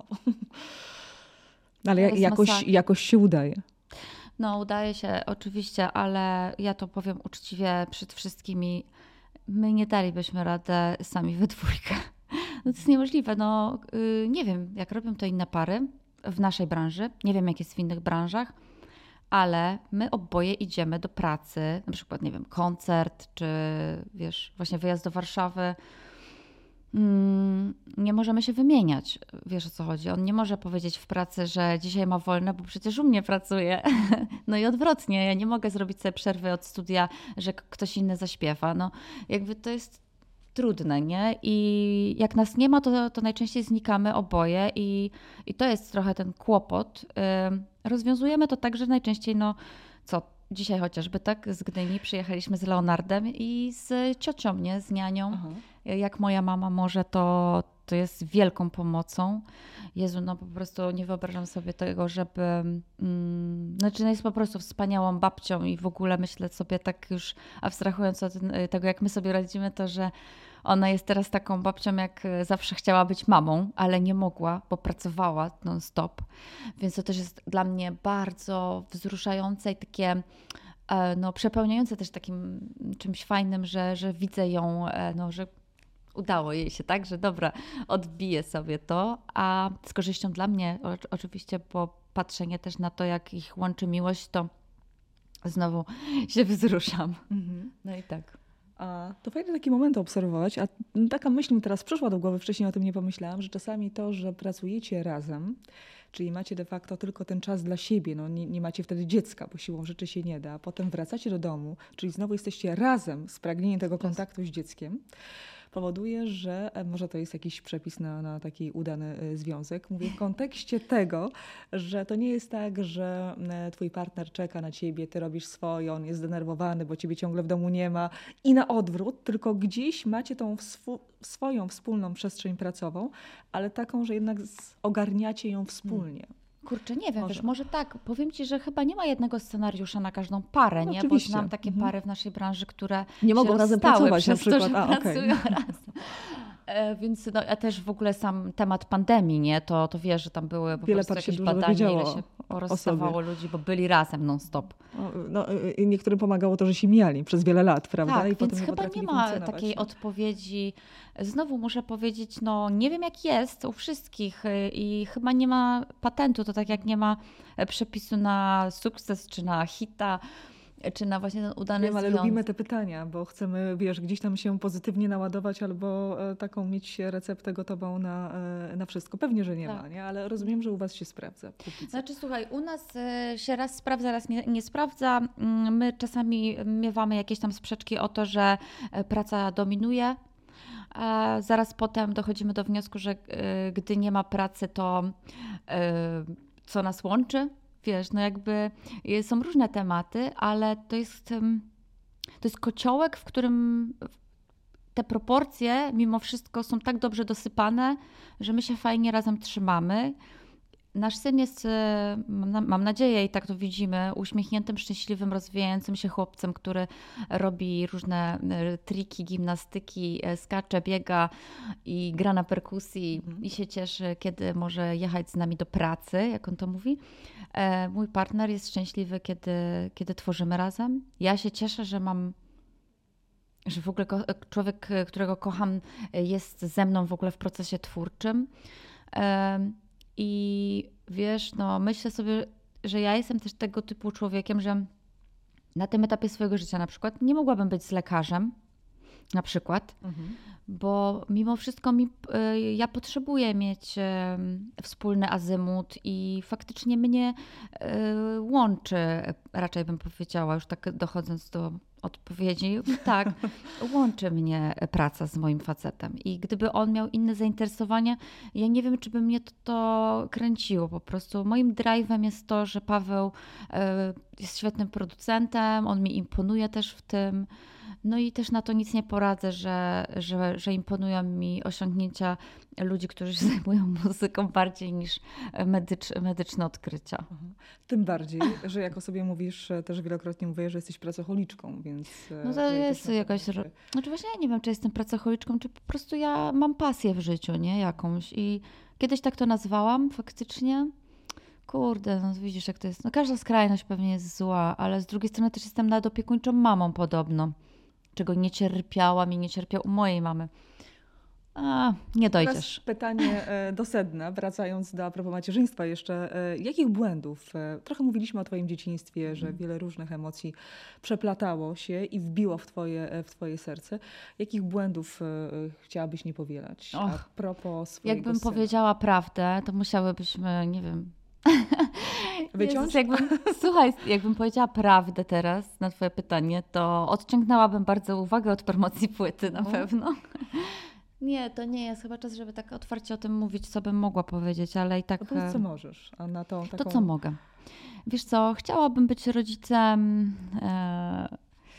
No, ale To ja- jest jakoś, masakra. jakoś się udaje. No udaje się oczywiście, ale ja to powiem uczciwie przed wszystkimi, my nie dalibyśmy radę sami we dwójkę. No to jest niemożliwe. No yy, nie wiem, jak robią to inne pary w naszej branży, nie wiem jak jest w innych branżach, ale my oboje idziemy do pracy, na przykład, nie wiem, koncert, czy wiesz, właśnie wyjazd do Warszawy. Mm, nie możemy się wymieniać, wiesz o co chodzi. On nie może powiedzieć w pracy, że dzisiaj ma wolne, bo przecież u mnie pracuje. No i odwrotnie, ja nie mogę zrobić sobie przerwy od studia, że k- ktoś inny zaśpiewa. No jakby to jest trudne, nie? I jak nas nie ma, to, to najczęściej znikamy oboje i, i to jest trochę ten kłopot. Ym, Rozwiązujemy to tak, że najczęściej, no co, dzisiaj chociażby tak z Gdyni przyjechaliśmy z Leonardem i z ciocią, nie? Z nianią. Aha. Jak moja mama może, to, to jest wielką pomocą. Jezu, no po prostu nie wyobrażam sobie tego, żeby... Mm, znaczy no jest po prostu wspaniałą babcią i w ogóle myślę sobie tak już abstrahując od tego, jak my sobie radzimy, to że ona jest teraz taką babcią, jak zawsze chciała być mamą, ale nie mogła, bo pracowała non-stop. Więc to też jest dla mnie bardzo wzruszające i takie e, no, przepełniające też takim czymś fajnym, że, że widzę ją, e, no, że udało jej się, tak, że dobra, odbiję sobie to, a z korzyścią dla mnie o, oczywiście, bo patrzenie też na to, jak ich łączy miłość, to znowu się wzruszam. Mhm. No i tak. A to fajny taki moment obserwować, a taka myśl mi teraz przyszła do głowy, wcześniej o tym nie pomyślałam, że czasami to, że pracujecie razem, czyli macie de facto tylko ten czas dla siebie, no nie, nie macie wtedy dziecka, bo siłą rzeczy się nie da, a potem wracacie do domu, czyli znowu jesteście razem z pragnieniem tego kontaktu z dzieckiem, powoduje, że e, może to jest jakiś przepis na, na taki udany e, związek. Mówię w kontekście tego, że to nie jest tak, że e, twój partner czeka na ciebie, ty robisz swoje, on jest zdenerwowany, bo ciebie ciągle w domu nie ma i na odwrót, tylko gdzieś macie tą swu- swoją wspólną przestrzeń pracową, ale taką, że jednak z- ogarniacie ją wspólnie. Kurczę, nie wiem, Może. wiesz, może tak. Powiem ci, że chyba nie ma jednego scenariusza na każdą parę, No nie? oczywiście. Bo znam takie Mhm. pary w naszej branży, które Nie się mogą razem rozstały pracować na przez to, przykład. że A, okej. pracują razem. E, Więc no, a też w ogóle sam temat pandemii, nie? To, to wiesz, że tam były po Wiele prostu par się jakieś dużo badania, ile dowiedziało się o porozstawało ludzi, bo byli razem non-stop. No, no, y, niektórym pomagało to, że się mijali przez wiele lat, prawda? Tak, I więc potem nie chyba potrafili nie ma funkcjonować. takiej odpowiedzi. Znowu muszę powiedzieć, no nie wiem jak jest u wszystkich y, i chyba nie ma patentu, to tak jak nie ma e, przepisu na sukces, czy na hita, e, czy na właśnie ten udany Wiem, ale związek. lubimy te pytania, bo chcemy, wiesz, gdzieś tam się pozytywnie naładować albo e, taką mieć receptę gotową na, e, na wszystko. Pewnie, że nie Tak. ma, nie? Ale rozumiem, że u was się sprawdza. Póki co. Znaczy słuchaj, u nas y, się raz sprawdza, raz nie, nie sprawdza. Mm, My czasami miewamy jakieś tam sprzeczki o to, że e, praca dominuje. E, Zaraz potem dochodzimy do wniosku, że e, gdy nie ma pracy, to e, co nas łączy? Wiesz, no jakby e, są różne tematy, ale to jest, em, to jest kociołek, w którym te proporcje mimo wszystko są tak dobrze dosypane, że my się fajnie razem trzymamy. nasz syn jest, e, mam, na- mam nadzieję i tak to widzimy, uśmiechniętym, szczęśliwym, rozwijającym się chłopcem, który robi różne e, triki, gimnastyki, e, skacze, biega i gra na perkusji Mhm. i się cieszy, kiedy może jechać z nami do pracy, jak on to mówi. E, Mój partner jest szczęśliwy, kiedy, kiedy tworzymy razem. Ja się cieszę, że mam, że w ogóle ko- człowiek, e, którego kocham, e, jest ze mną w ogóle w procesie twórczym. Em, I wiesz, no myślę sobie, że ja jestem też tego typu człowiekiem, że na tym etapie swojego życia na przykład nie mogłabym być z lekarzem, na przykład, Mhm. bo mimo wszystko mi, y, ja potrzebuję mieć em, wspólny azymut i faktycznie mnie y, łączy, raczej bym powiedziała, już tak dochodząc do odpowiedzi, tak, łączy mnie praca z moim facetem i gdyby on miał inne zainteresowania, ja nie wiem, czy by mnie to, to kręciło po prostu. Moim drive'em jest to, że Paweł y, jest świetnym producentem, on mi imponuje też w tym. No i też na to nic nie poradzę, że, że, że imponują mi osiągnięcia ludzi, którzy się zajmują muzyką bardziej niż medycz, medyczne odkrycia. Aha. Tym bardziej, że jak o sobie mówisz, e, też wielokrotnie mówię, że jesteś pracocholiczką, więc... e, No to tutaj też jest na jakaś... pewno ro- się- Znaczy właśnie ja nie wiem, czy jestem pracocholiczką, czy po prostu ja mam pasję w życiu, nie? Jakąś. I kiedyś tak to nazwałam faktycznie. Kurde, no widzisz jak to jest. No każda skrajność pewnie jest zła, ale z drugiej strony też jestem nadopiekuńczą mamą podobno. Czego nie cierpiałam i nie cierpiał u mojej mamy. A, nie Teraz dojdziesz. pytanie e, do sedna, wracając do a propos macierzyństwa jeszcze. e, Jakich błędów? e, Trochę mówiliśmy o twoim dzieciństwie, że wiele różnych emocji przeplatało się i wbiło w twoje, e, w twoje serce. Jakich błędów e, e, chciałabyś nie powielać? A Och, propos swojego Jakbym syna. powiedziała prawdę, to musiałybyśmy, nie wiem. Wyciąć? Jezus, jakbym, słuchaj, jakbym powiedziała prawdę teraz na twoje pytanie, to odciągnęłabym bardzo uwagę od promocji płyty na No. pewno. Nie, to nie jest chyba czas, żeby tak otwarcie o tym mówić, co bym mogła powiedzieć, ale i tak... No powiedz, co e, możesz. A na tą taką... To co mogę? Wiesz co, chciałabym być rodzicem... E...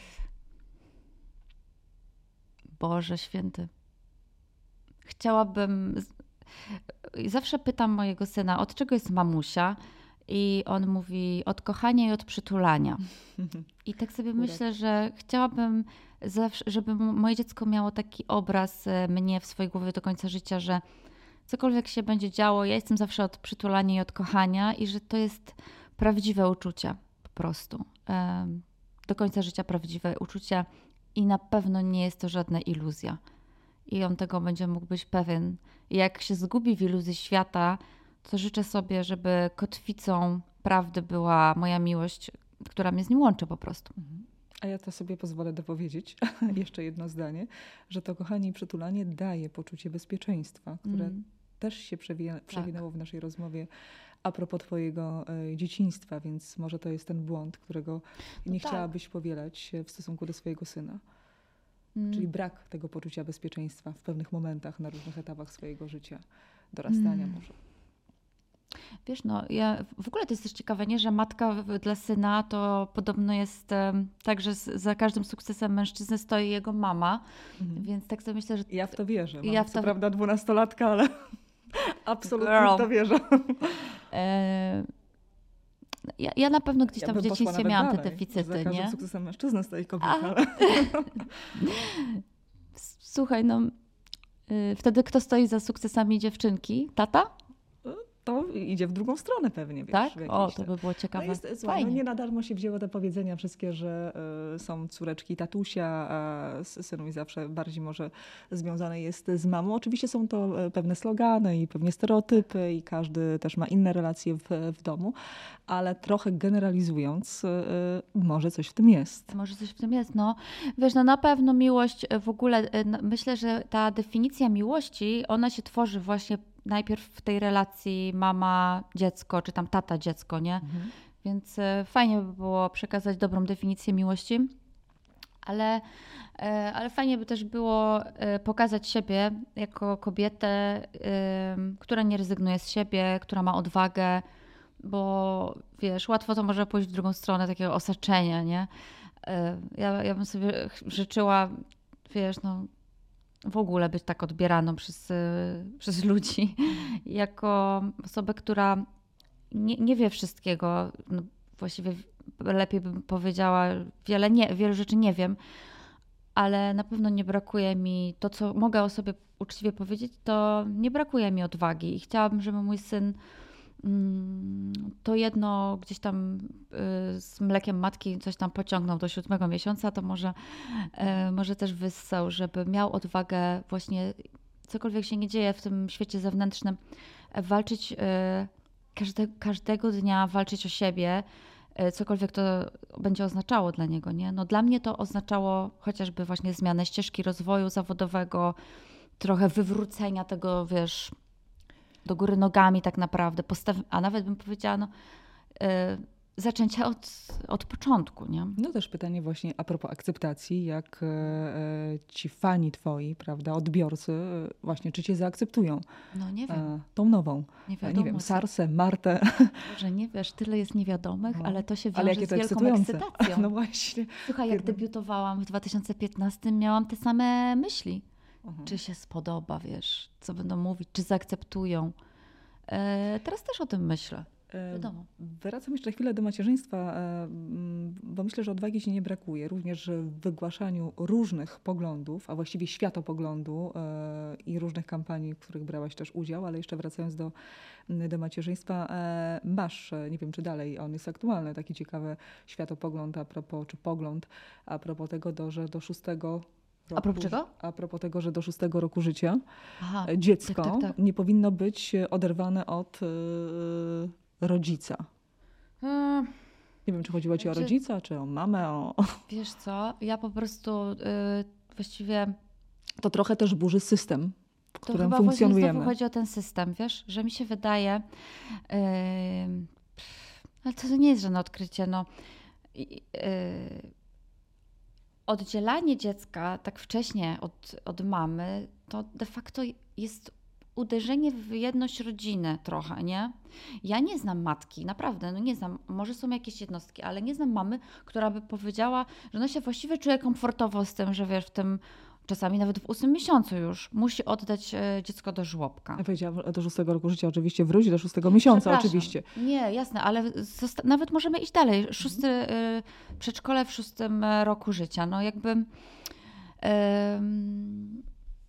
Boże święty. Chciałabym... I zawsze pytam mojego syna, od czego jest mamusia? I on mówi, od kochania i od przytulania. I tak sobie Kurek. myślę, że chciałabym, zawsze, żeby m- moje dziecko miało taki obraz e, mnie w swojej głowie do końca życia, że cokolwiek się będzie działo, ja jestem zawsze od przytulania i od kochania i że to jest prawdziwe uczucie po prostu. Em, Do końca życia prawdziwe uczucie i na pewno nie jest to żadna iluzja. I on tego będzie mógł być pewien. I jak się zgubi w iluzji świata, to życzę sobie, żeby kotwicą prawdy była moja miłość, która mnie z nim łączy po prostu. Mhm. A ja to sobie pozwolę dopowiedzieć jeszcze jedno zdanie, że to kochanie i przytulanie daje poczucie bezpieczeństwa, które Mm. też się przewija, przewinęło w naszej rozmowie a propos twojego e, dzieciństwa, więc może to jest ten błąd, którego nie tak. chciałabyś powielać e, w stosunku do swojego syna. Mm. Czyli brak tego poczucia bezpieczeństwa w pewnych momentach, na różnych etapach swojego życia, dorastania Mm. może. Wiesz, no ja, w ogóle to jest też ciekawe, nie? Że matka w- dla syna to podobno jest em, tak, że z, za każdym sukcesem mężczyzny stoi jego mama, Mhm. więc tak sobie myślę, że Ja w to wierzę. Mam Ja co w to- prawda dwunastolatka, ale absolutnie Girl. w to wierzę. e, ja, ja na pewno gdzieś Ja tam bym w poszła dzieciństwie nawet miałam te dalej, że deficyty, Za każdym nie? sukcesem mężczyzny stoi kobieta. A. Ale... Słuchaj, no y, wtedy kto stoi za sukcesami dziewczynki? Tata? To idzie w drugą stronę pewnie, wiesz. Tak? w jakiejś O, to tam- by było No ciekawe. jest, słuchaj, no Fajnie. nie na darmo się wzięło te powiedzenia wszystkie, że y, są córeczki tatusia, a s- synuś zawsze bardziej może związany jest z mamą. Oczywiście są to e, pewne slogany i pewnie stereotypy i każdy też ma inne relacje w, w domu, ale trochę generalizując, y, może coś w tym jest. Może coś w tym jest, no. Wiesz, no na pewno miłość w ogóle, y, no, myślę, że ta definicja miłości, ona się tworzy właśnie najpierw w tej relacji mama-dziecko, czy tam tata-dziecko, nie? Mhm. Więc y, fajnie by było przekazać dobrą definicję miłości, ale, y, ale fajnie by też było y, pokazać siebie jako kobietę, y, która nie rezygnuje z siebie, która ma odwagę, bo wiesz, łatwo to może pójść w drugą stronę takiego osaczenia, nie? Y, Ja, ja bym sobie ch- życzyła, wiesz, no w ogóle być tak odbieraną przez, y, przez ludzi jako osobę, która nie, nie wie wszystkiego. No, właściwie lepiej bym powiedziała, wiele, nie, wiele rzeczy nie wiem, ale na pewno nie brakuje mi, to co mogę o sobie uczciwie powiedzieć, to nie brakuje mi odwagi i chciałabym, żeby mój syn mm, to jedno gdzieś tam y, z mlekiem matki coś tam pociągnął do siódmego miesiąca, to może, y, może też wyssał, żeby miał odwagę właśnie, cokolwiek się nie dzieje w tym świecie zewnętrznym, walczyć y, każde, każdego dnia, walczyć o siebie, cokolwiek to będzie oznaczało dla niego, nie? No dla mnie to oznaczało chociażby właśnie zmianę ścieżki rozwoju zawodowego, trochę wywrócenia tego, wiesz, do góry nogami tak naprawdę, postaw- a nawet bym powiedziała, no, yy, zaczęcia od, od początku, nie? No też pytanie właśnie a propos akceptacji, jak e, ci fani twoi, prawda, odbiorcy, e, właśnie czy cię zaakceptują No nie wiem. e, tą nową, Nie e, wiadomo, nie wiem, co- Sarsę, Martę. Że nie wiesz, tyle jest niewiadomych, No. ale to się Ale wiąże jakie z to wielką ekscytujące. ekscytacją. No właśnie. Słuchaj, jak Jedno. debiutowałam w dwa tysiące piętnastym, miałam te same myśli. Mhm. Czy się spodoba, wiesz, co będą mówić, czy zaakceptują. E, teraz też o tym myślę. E, Wiadomo. Wracam jeszcze chwilę do macierzyństwa, e, m, bo myślę, że odwagi ci nie brakuje, również w wygłaszaniu różnych poglądów, a właściwie światopoglądu e, i różnych kampanii, w których brałaś też udział, ale jeszcze wracając do, do macierzyństwa, e, masz, e, nie wiem czy dalej on jest aktualny, taki ciekawy światopogląd a propos, czy pogląd a propos tego, do, że do szóstego roku, A propos czego? A propos tego, że do szóstego roku życia Aha, e, dziecko tak, tak, tak. nie powinno być oderwane od e, rodzica. E, Nie wiem, czy chodziło ci o Znaczy- rodzica, czy o mamę. O... wiesz co, ja po prostu y, właściwie To trochę też burzy system, w to którym chyba właśnie funkcjonujemy. znowu chodzi o ten system, wiesz, że mi się wydaje, yy, ale to nie jest żadne odkrycie, no. I- Yy, oddzielanie dziecka tak wcześnie od, od mamy, to de facto jest uderzenie w jedność rodziny trochę, nie? Ja nie znam matki, naprawdę, no nie znam, może są jakieś jednostki, ale nie znam mamy, która by powiedziała, że ona się właściwie czuje komfortowo z tym, że wiesz, w tym czasami nawet w ósmym miesiącu już musi oddać e, dziecko do żłobka. Ja powiedziałam do szóstego roku życia, oczywiście wróci do szóstego miesiąca, Przepraszam. oczywiście. Nie, jasne, ale zosta- nawet możemy iść dalej. Szósty, y, przedszkole w szóstym e, roku życia. No jakby ym,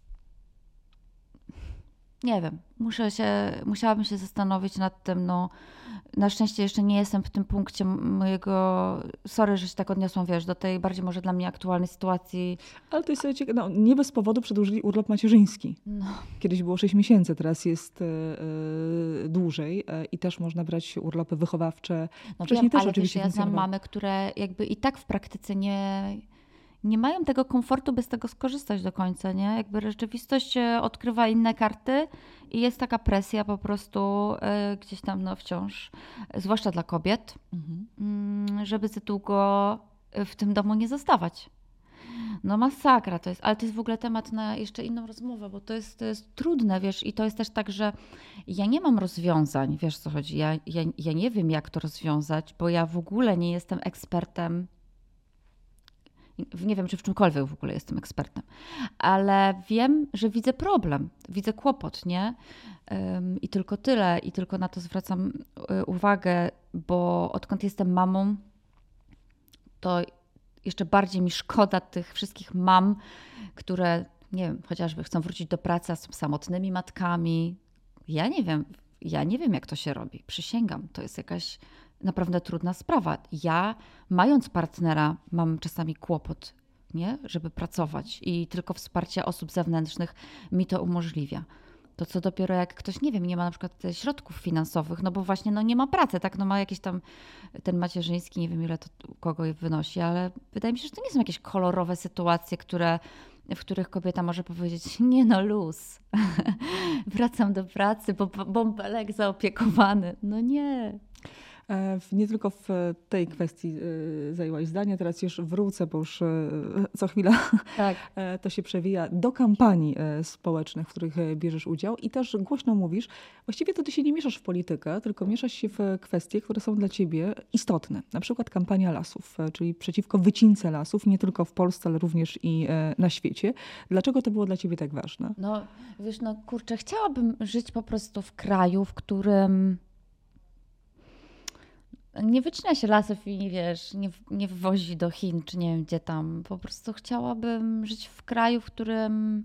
nie wiem, muszę się, musiałabym się zastanowić nad tym. No, na szczęście jeszcze nie jestem w tym punkcie mojego, sorry, że się tak odniosłam, wiesz, do tej bardziej może dla mnie aktualnej sytuacji. Ale to jest e, ciekawe, no, nie bez powodu przedłużyli urlop macierzyński. No, Kiedyś było sześć miesięcy, teraz jest e, e, dłużej e, i też można brać urlopy wychowawcze. no Wcześniej wiem, też ale oczywiście wiesz, ja znam funkcjonowały. mamy, które jakby i tak w praktyce nie, nie mają tego komfortu, by z tego skorzystać do końca, nie? Jakby rzeczywistość e, odkrywa inne karty i jest taka presja po prostu e, gdzieś tam no wciąż, e, zwłaszcza dla kobiet, Mhm. mm, żeby za długo e, w tym domu nie zostawać. No masakra to jest, ale to jest w ogóle temat na jeszcze inną rozmowę, bo to jest, to jest trudne, wiesz, i to jest też tak, że ja nie mam rozwiązań, wiesz co chodzi, ja, ja, ja nie wiem jak to rozwiązać, bo ja w ogóle nie jestem ekspertem, w- nie wiem czy w czymkolwiek w ogóle jestem ekspertem, ale wiem, że widzę problem, widzę kłopot, nie? Ym, I tylko tyle, i tylko na to zwracam y, uwagę, bo odkąd jestem mamą, to jeszcze bardziej mi szkoda tych wszystkich mam, które, nie wiem, chociażby chcą wrócić do pracy, a są samotnymi matkami. Ja nie wiem, ja nie wiem, jak to się robi. Przysięgam, to jest jakaś naprawdę trudna sprawa. Ja, mając partnera, mam czasami kłopot, nie? Żeby pracować i tylko wsparcie osób zewnętrznych mi to umożliwia. To co dopiero jak ktoś, nie wiem, nie ma na przykład środków finansowych, no bo właśnie no nie ma pracy, tak? No ma jakiś tam ten macierzyński, nie wiem ile to u kogo wynosi, ale wydaje mi się, że to nie są jakieś kolorowe sytuacje, które, w których kobieta może powiedzieć, nie no luz, wracam do pracy, bo bąbelek zaopiekowany. No nie. E, w- Nie tylko w tej kwestii e, zajęłaś zdanie, teraz już wrócę, bo już e, co chwila Tak. e, to się przewija do kampanii e, społecznych, w których e, bierzesz udział i też głośno mówisz, właściwie to ty się nie mieszasz w politykę, tylko mieszasz się w kwestie, które są dla ciebie istotne. Na przykład kampania lasów, e, czyli przeciwko wycince lasów, nie tylko w Polsce, ale również i e, na świecie. Dlaczego to było dla ciebie tak ważne? No wiesz, no kurczę, chciałabym żyć po prostu w kraju, w którym nie wycina się lasów i wiesz, nie, nie wywozi do Chin, czy nie wiem gdzie tam. Po prostu chciałabym żyć w kraju, w którym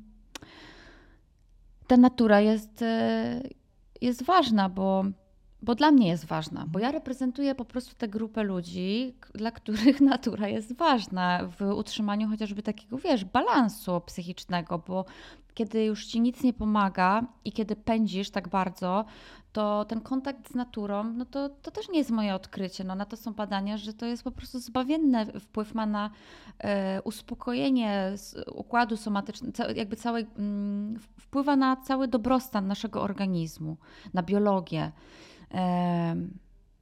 ta natura jest, y, jest ważna, bo, bo dla mnie jest ważna, bo ja reprezentuję po prostu tę grupę ludzi, k- dla których natura jest ważna w utrzymaniu chociażby takiego, wiesz, balansu psychicznego, bo kiedy już ci nic nie pomaga i kiedy pędzisz tak bardzo, to ten kontakt z naturą, no to, to też nie jest moje odkrycie. No, na to są badania, że to jest po prostu zbawienny wpływ ma na e, uspokojenie s- układu somatycznego, ca- jakby całej, mm, wpływa na cały dobrostan naszego organizmu, na biologię. Em,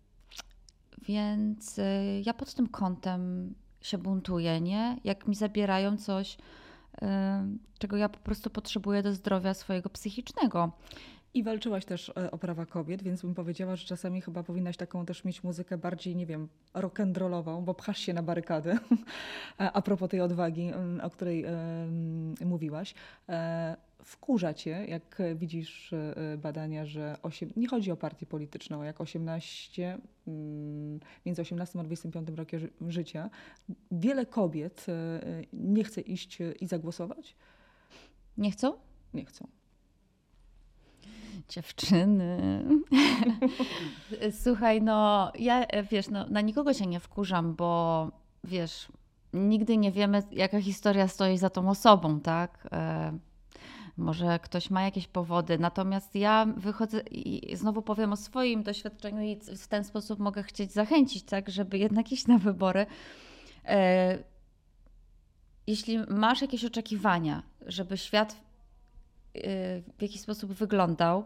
więc y, ja pod tym kątem się buntuję, nie? Jak mi zabierają coś, y, czego ja po prostu potrzebuję do zdrowia swojego psychicznego. I walczyłaś też e, o prawa kobiet, więc bym powiedziała, że czasami chyba powinnaś taką też mieć muzykę bardziej, nie wiem, rock'n'rollową, bo pchasz się na barykady. A a propos tej odwagi, mm, o której em, mówiłaś. E, Wkurza cię, jak widzisz e, badania, że osiem, nie chodzi o partię polityczną, jak osiemnaście, mm, między osiemnastym a dwudziestym piątym rokiem ży- życia, wiele kobiet e, e, nie chce iść e, i zagłosować? Nie chcą? Nie chcą. Dziewczyny. Słuchaj, no ja e, wiesz, no, na nikogo się nie wkurzam, bo wiesz, nigdy nie wiemy, jaka historia stoi za tą osobą, tak? E, może ktoś ma jakieś powody, natomiast ja wychodzę i znowu powiem o swoim doświadczeniu i w ten sposób mogę chcieć zachęcić, tak, żeby jednak iść na wybory. E, Jeśli masz jakieś oczekiwania, żeby świat e, w jakiś sposób wyglądał,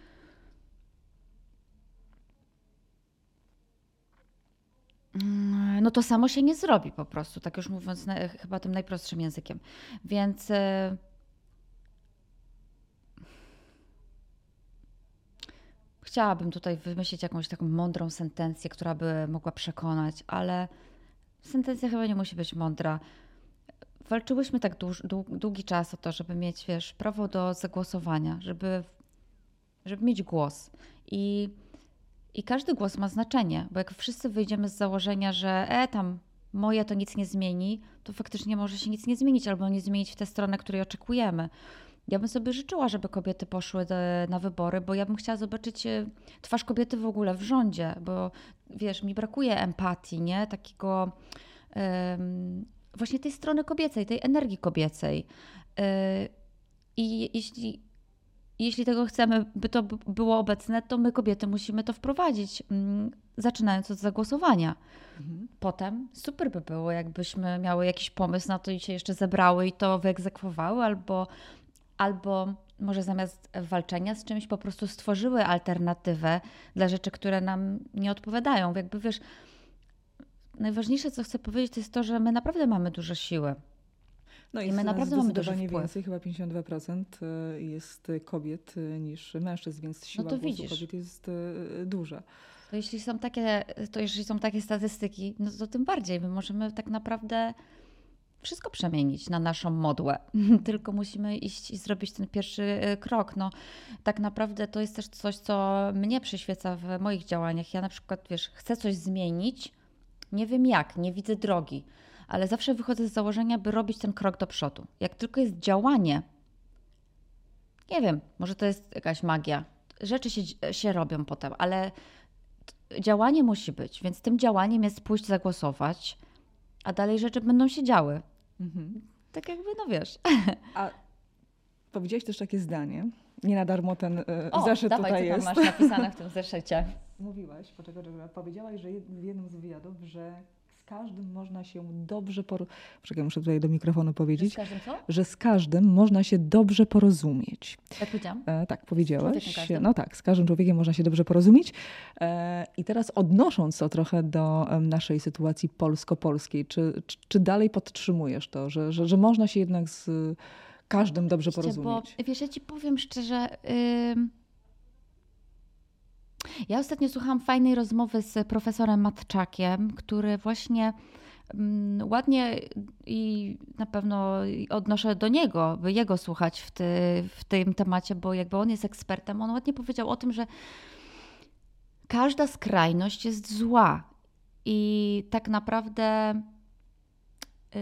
Mm, no to samo się nie zrobi po prostu, tak już mówiąc na, chyba tym najprostszym językiem. Więc e, chciałabym tutaj wymyślić jakąś taką mądrą sentencję, która by mogła przekonać, ale sentencja chyba nie musi być mądra. Walczyłyśmy tak dłuż, dłu- długi czas o to, żeby mieć, wiesz, prawo do zagłosowania, żeby, żeby mieć głos. I I każdy głos ma znaczenie, bo jak wszyscy wyjdziemy z założenia, że e, tam moje to nic nie zmieni, to faktycznie może się nic nie zmienić albo nie zmienić w tę stronę, której oczekujemy. Ja bym sobie życzyła, żeby kobiety poszły do, na wybory, bo ja bym chciała zobaczyć e, twarz kobiety w ogóle w rządzie, bo wiesz, mi brakuje empatii, nie? Takiego em, właśnie tej strony kobiecej, tej energii kobiecej. E, I jeśli jeśli tego chcemy, by to b- było obecne, to my kobiety musimy to wprowadzić, mm, zaczynając od zagłosowania. Mhm. Potem super by było, jakbyśmy miały jakiś pomysł na to i się jeszcze zebrały i to wyegzekwowały, albo, albo może zamiast walczenia z czymś po prostu stworzyły alternatywę dla rzeczy, które nam nie odpowiadają. Jakby wiesz, najważniejsze, co chcę powiedzieć, to jest to, że my naprawdę mamy dużo siły. No I jest my nas naprawdę mamy duży zdecydowanie wpływ. więcej, chyba pięćdziesiąt dwa procent y, jest kobiet y, niż mężczyzn, więc siła to głosu widzisz. kobiet jest y, duża. To jeśli są takie, to jeżeli są takie statystyki, no to tym bardziej my możemy tak naprawdę wszystko przemienić na naszą modłę. Tylko musimy iść i zrobić ten pierwszy y, krok. No, tak naprawdę to jest też coś, co mnie przyświeca w moich działaniach. Ja na przykład, wiesz, chcę coś zmienić, nie wiem jak, nie widzę drogi, ale zawsze wychodzę z założenia, by robić ten krok do przodu. Jak tylko jest działanie, nie wiem, może to jest jakaś magia. Rzeczy się, się robią potem, ale t- działanie musi być, więc tym działaniem jest pójść zagłosować, a dalej rzeczy będą się działy. Mhm. Tak jakby, no wiesz. A powiedziałaś też takie zdanie, nie na darmo ten y, O, zeszyt dawaj, tutaj co tam jest. masz napisane w tym zeszycie. Mówiłaś, poczekaj, poczekaj, powiedziałaś, że jed- w jednym z wywiadów, że z każdym można się dobrze porozumieć. Poczekaj, muszę tutaj do mikrofonu Że z powiedzieć, każdym co? że z każdym można się dobrze porozumieć. Jak powiedziałam? E, tak, powiedziałaś. człowiekiem każdym. No tak, z każdym człowiekiem można się dobrze porozumieć. E, I teraz odnosząc to trochę do em, naszej sytuacji polsko-polskiej, czy, czy, czy dalej podtrzymujesz to, że, że, że można się jednak z każdym dobrze Wiecie, porozumieć? Bo wiesz, ja ci powiem szczerze, ym... ja ostatnio słuchałam fajnej rozmowy z profesorem Matczakiem, który właśnie ym, ładnie i na pewno odnoszę do niego, by jego słuchać w, ty, w tym temacie, bo jakby on jest ekspertem, on ładnie powiedział o tym, że każda skrajność jest zła I tak naprawdę yy,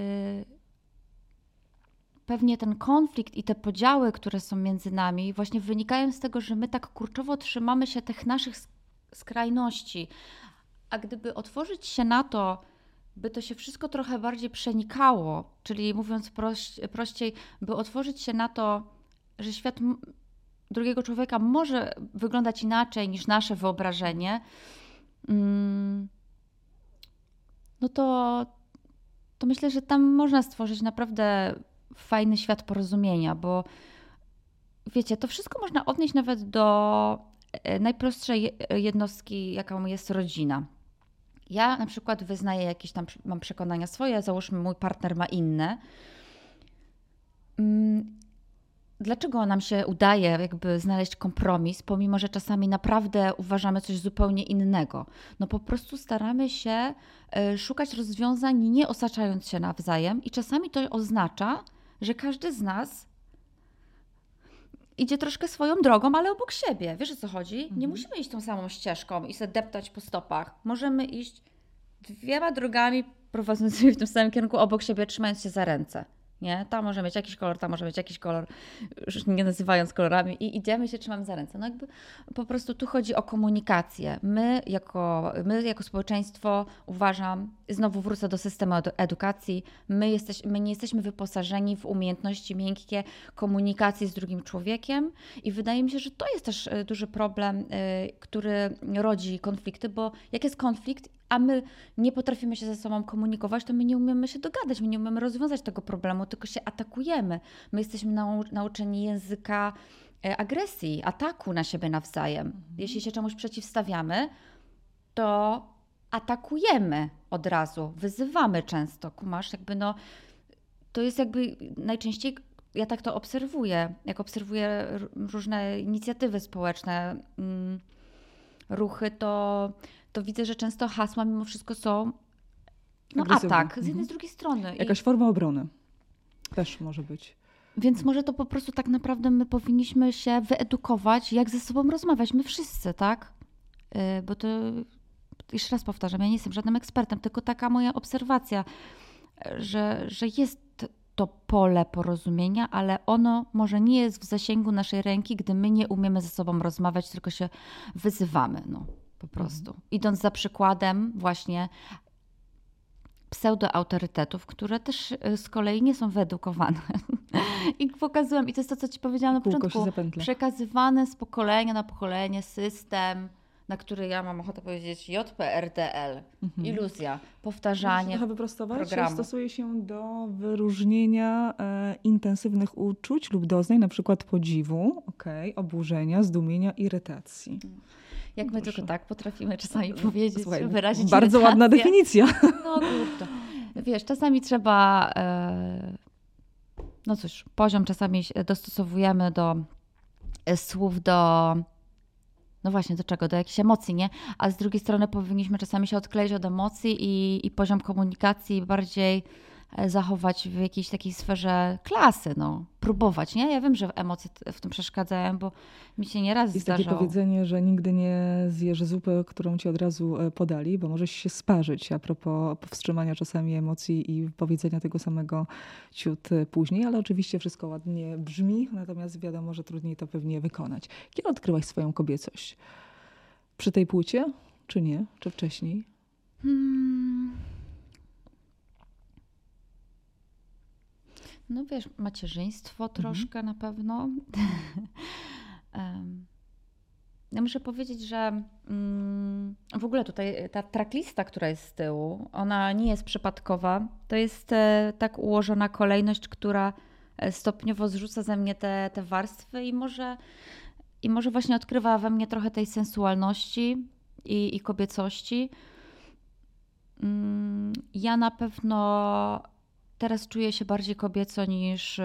pewnie ten konflikt i te podziały, które są między nami, właśnie wynikają z tego, że my tak kurczowo trzymamy się tych naszych skrajności. A gdyby otworzyć się na to, by to się wszystko trochę bardziej przenikało, czyli mówiąc proś, prościej, by otworzyć się na to, że świat drugiego człowieka może wyglądać inaczej niż nasze wyobrażenie, no to, to myślę, że tam można stworzyć naprawdę fajny świat porozumienia, bo wiecie, to wszystko można odnieść nawet do najprostszej jednostki, jaką jest rodzina. Ja na przykład wyznaję jakieś tam, mam przekonania swoje, załóżmy mój partner ma inne. Dlaczego nam się udaje jakby znaleźć kompromis, pomimo że czasami naprawdę uważamy coś zupełnie innego? No po prostu staramy się szukać rozwiązań, nie osaczając się nawzajem i czasami to oznacza, że każdy z nas idzie troszkę swoją drogą, ale obok siebie. Wiesz, o co chodzi? Mhm. Nie musimy iść tą samą ścieżką i sobie deptać po stopach. Możemy iść dwiema drogami prowadzącymi w tym samym kierunku obok siebie, trzymając się za ręce. Nie? Ta może mieć jakiś kolor, ta może mieć jakiś kolor, już nie nazywając kolorami i idziemy się, trzymamy za ręce. No jakby po prostu tu chodzi o komunikację. My jako, my jako społeczeństwo, uważam, znowu wrócę do systemu edukacji, my, jesteś, my nie jesteśmy wyposażeni w umiejętności miękkie komunikacji z drugim człowiekiem i wydaje mi się, że to jest też duży problem, który rodzi konflikty, bo jak jest konflikt, a my nie potrafimy się ze sobą komunikować, to my nie umiemy się dogadać, my nie umiemy rozwiązać tego problemu, tylko się atakujemy. My jesteśmy nau- nauczeni języka agresji, ataku na siebie nawzajem. Mhm. Jeśli się czemuś przeciwstawiamy, to atakujemy od razu, wyzywamy często. Kumasz, jakby no, to jest jakby najczęściej, ja tak to obserwuję, jak obserwuję różne inicjatywy społeczne, mm, ruchy, to to widzę, że często hasła mimo wszystko są no atak z jednej, mhm. z drugiej strony. Jakaś I... forma obrony też może być. Więc może to po prostu tak naprawdę my powinniśmy się wyedukować, jak ze sobą rozmawiać, my wszyscy, tak? Yy, bo to, jeszcze raz powtarzam, ja nie jestem żadnym ekspertem, tylko taka moja obserwacja, że, że jest to pole porozumienia, ale ono może nie jest w zasięgu naszej ręki, gdy my nie umiemy ze sobą rozmawiać, tylko się wyzywamy, no. Po prostu. Mhm. Idąc za przykładem właśnie pseudoautorytetów, które też z kolei nie są wyedukowane. I pokazują, i to jest to, co ci powiedziałam na początku, przekazywane z pokolenia na pokolenie system, na który ja mam ochotę powiedzieć J P R D L. Mhm. Iluzja, powtarzanie trochę wyprostować, programu. Stosuje się do wyróżnienia e, intensywnych uczuć lub doznań, na przykład podziwu, okay, oburzenia, zdumienia, irytacji. Jak my Proszę. tylko tak potrafimy czasami powiedzieć, Słuchaj, wyrazić bardzo irytację. Ładna definicja. No kurde. Wiesz, czasami trzeba, e, no cóż, poziom czasami dostosowujemy do e, słów, do, no właśnie do czego, do jakichś emocji, nie? A z drugiej strony powinniśmy czasami się odkleić od emocji i, i poziom komunikacji bardziej zachować w jakiejś takiej sferze klasy, no, próbować, nie? Ja wiem, że emocje w tym przeszkadzają, bo mi się nieraz Jest zdarzało. takie powiedzenie, że nigdy nie zjesz zupę, którą ci od razu podali, bo możesz się sparzyć, a propos powstrzymania czasami emocji i powiedzenia tego samego ciut później, ale oczywiście wszystko ładnie brzmi, natomiast wiadomo, że trudniej to pewnie wykonać. Kiedy odkryłaś swoją kobiecość? Przy tej płcie, czy nie? Czy wcześniej? Hmm... No wiesz, macierzyństwo troszkę mhm. na pewno. Ja muszę powiedzieć, że mm, w ogóle tutaj ta tracklista, która jest z tyłu, ona nie jest przypadkowa. To jest e, tak ułożona kolejność, która stopniowo zrzuca ze mnie te, te warstwy i może, i może właśnie odkrywa we mnie trochę tej sensualności i, i kobiecości. Mm, ja na pewno teraz czuję się bardziej kobieco niż,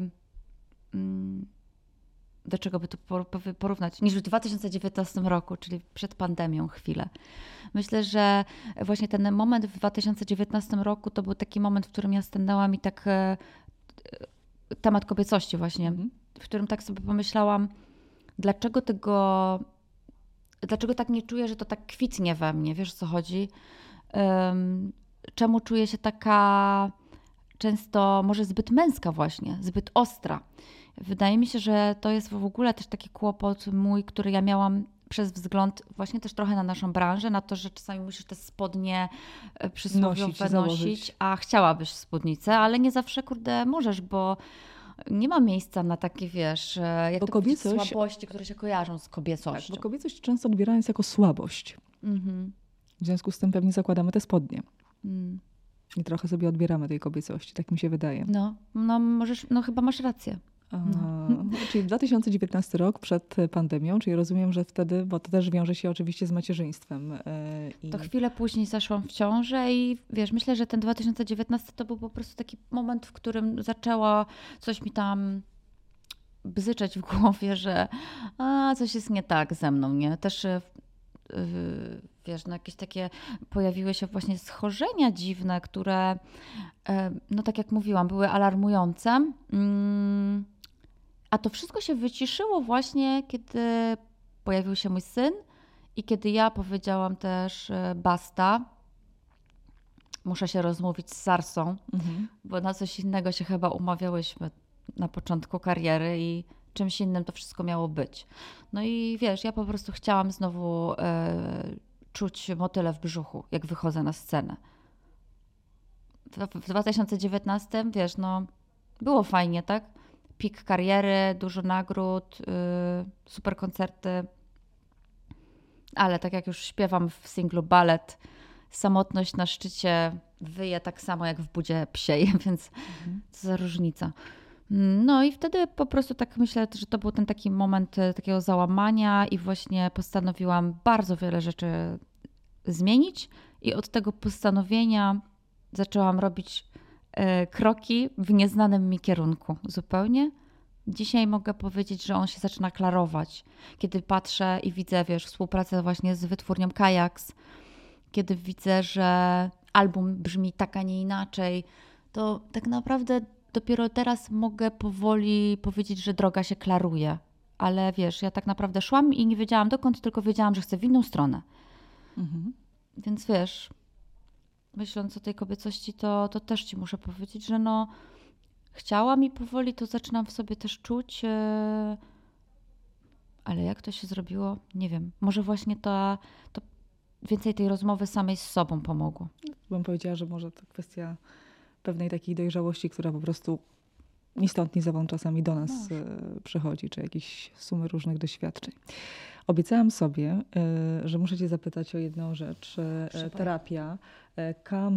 do czego by to porównać, niż w dwa tysiące dziewiętnastym roku, czyli przed pandemią chwilę. Myślę, że właśnie ten moment w dwa tysiące dziewiętnastym roku to był taki moment, w którym ja stanęłam i tak temat kobiecości właśnie, mhm. w którym tak sobie pomyślałam, dlaczego tego, dlaczego tak nie czuję, że to tak kwitnie we mnie, wiesz o co chodzi? um, czemu czuję się taka często może zbyt męska właśnie, zbyt ostra. Wydaje mi się, że to jest w ogóle też taki kłopot mój, który ja miałam przez wzgląd właśnie też trochę na naszą branżę, na to, że czasami musisz te spodnie przysłowiowe Nosić, nosić, założyć. a chciałabyś spódnicę, ale nie zawsze, kurde, możesz, bo nie ma miejsca na takie, wiesz, jak Bo to powiedzieć, kobiecość- słabości, które się kojarzą z Tak, kobiecością. bo kobiecość często odbiera jest jako słabość. Mhm. W związku z tym pewnie zakładamy te spodnie. Mm. I trochę sobie odbieramy tej kobiecości, tak mi się wydaje. No, no możesz, no chyba masz rację. A, czyli dwa tysiące dziewiętnasty rok przed pandemią, czyli rozumiem, że wtedy, bo to też wiąże się oczywiście z macierzyństwem. yy, I... To chwilę później zaszłam w ciążę i wiesz, myślę, że ten dwa tysiące dziewiętnasty to był po prostu taki moment, w którym zaczęło coś mi tam bzyczeć w głowie, że a, coś jest nie tak ze mną, nie? Też yy, wiesz, no jakieś takie pojawiły się właśnie schorzenia dziwne, które yy, no tak jak mówiłam, były alarmujące. Yy, a to wszystko się wyciszyło właśnie, kiedy pojawił się mój syn i kiedy ja powiedziałam też yy, basta, muszę się rozmówić z Sarsą, Mhm. bo na coś innego się chyba umawiałyśmy na początku kariery i czymś innym to wszystko miało być. No i wiesz, ja po prostu chciałam znowu e, czuć motyle w brzuchu, jak wychodzę na scenę. W, w dwa tysiące dziewiętnastym, wiesz, no było fajnie, tak? Pik kariery, dużo nagród, y, super koncerty. Ale tak jak już śpiewam w singlu Balet, samotność na szczycie wyje tak samo jak w budzie psiej, więc Mhm. co za różnica. No i wtedy po prostu tak myślę, że to był ten taki moment e, takiego załamania i właśnie postanowiłam bardzo wiele rzeczy zmienić i od tego postanowienia zaczęłam robić e, kroki w nieznanym mi kierunku zupełnie. Dzisiaj mogę powiedzieć, że on się zaczyna klarować. Kiedy patrzę i widzę, wiesz, współpracę właśnie z wytwórnią Kajaks, kiedy widzę, że album brzmi tak, a nie inaczej, to tak naprawdę dopiero teraz mogę powoli powiedzieć, że droga się klaruje. Ale wiesz, ja tak naprawdę szłam i nie wiedziałam dokąd, tylko wiedziałam, że chcę w inną stronę. Mhm. Więc wiesz, myśląc o tej kobiecości, to, to też ci muszę powiedzieć, że no chciałam i powoli to zaczynam w sobie też czuć. e, Ale jak to się zrobiło? Nie wiem. Może właśnie to, to więcej tej rozmowy samej z sobą pomogło. Bym powiedziała, że może to kwestia pewnej takiej dojrzałości, która po prostu ni stąd, ni zowąd czasami do nas Może. e, przychodzi, czy jakieś sumy różnych doświadczeń. Obiecałam sobie, e, że muszę cię zapytać o jedną rzecz. E, Proszę Terapia e,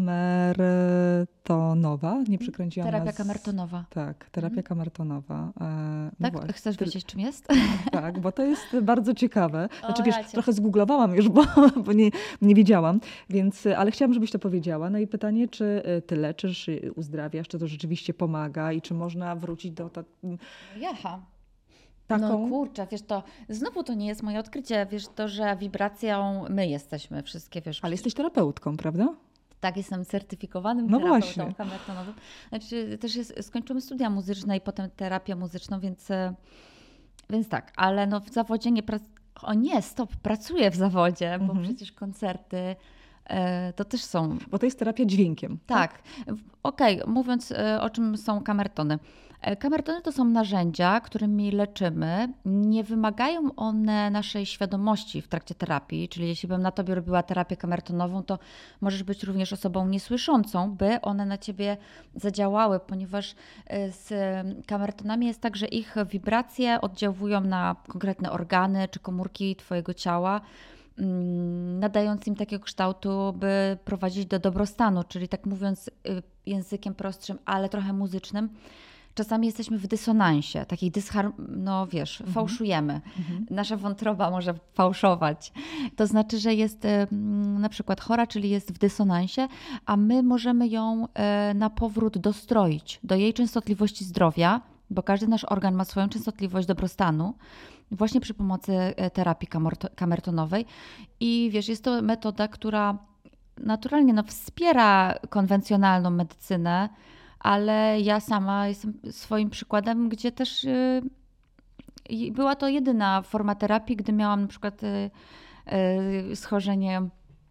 kamertonowa. Nie przykręciłam Terapia nas... kamertonowa. Tak, terapia Mhm. kamertonowa. E, no Tak? właśnie. Chcesz Ty- wiedzieć, czym jest? Tak, bo to jest bardzo ciekawe. Znaczy O, wiesz, ja cię- trochę zgooglowałam już, bo, bo nie, nie wiedziałam, więc, ale chciałam, żebyś to powiedziała. No i pytanie, czy ty leczysz, uzdrawiasz, czy to rzeczywiście pomaga i czy można wrócić do ta, Jaha. taką... No kurczę, wiesz to, znowu to nie jest moje odkrycie, wiesz to, że wibracją my jesteśmy wszystkie, wiesz. Ale przecież- jesteś terapeutką, prawda? Tak, jestem certyfikowanym No terapeutą właśnie. kamertonowym. Znaczy też jest, skończyłam studia muzyczne i potem terapię muzyczną, więc, e, więc tak, ale no w zawodzie nie pracuję. O nie, stop, pracuję w zawodzie, bo Mhm. przecież koncerty e, to też są. Bo to jest terapia dźwiękiem. Tak, W- okej, mówiąc e, o czym są kamertony. E, Kamertony to są narzędzia, którymi leczymy. Nie wymagają one naszej świadomości w trakcie terapii, czyli jeśli bym na tobie robiła terapię kamertonową, to możesz być również osobą niesłyszącą, by one na ciebie zadziałały, ponieważ e, z kamertonami jest tak, że ich wibracje oddziałują na konkretne organy czy komórki twojego ciała, mm, nadając im takiego kształtu, by prowadzić do dobrostanu, czyli tak mówiąc y, językiem prostszym, ale trochę muzycznym. Czasami jesteśmy w dysonansie, takiej dyschar... no wiesz, fałszujemy. Mhm. Nasza wątroba może fałszować. To znaczy, że jest y, na przykład chora, czyli jest w dysonansie, a my możemy ją y, na powrót dostroić do jej częstotliwości zdrowia, bo każdy nasz organ ma swoją częstotliwość dobrostanu, właśnie przy pomocy e, terapii kamerto- kamertonowej. I wiesz, jest to metoda, która naturalnie no, wspiera konwencjonalną medycynę, ale ja sama jestem swoim przykładem, gdzie też y, i była to jedyna forma terapii, gdy miałam na przykład y, y, schorzenie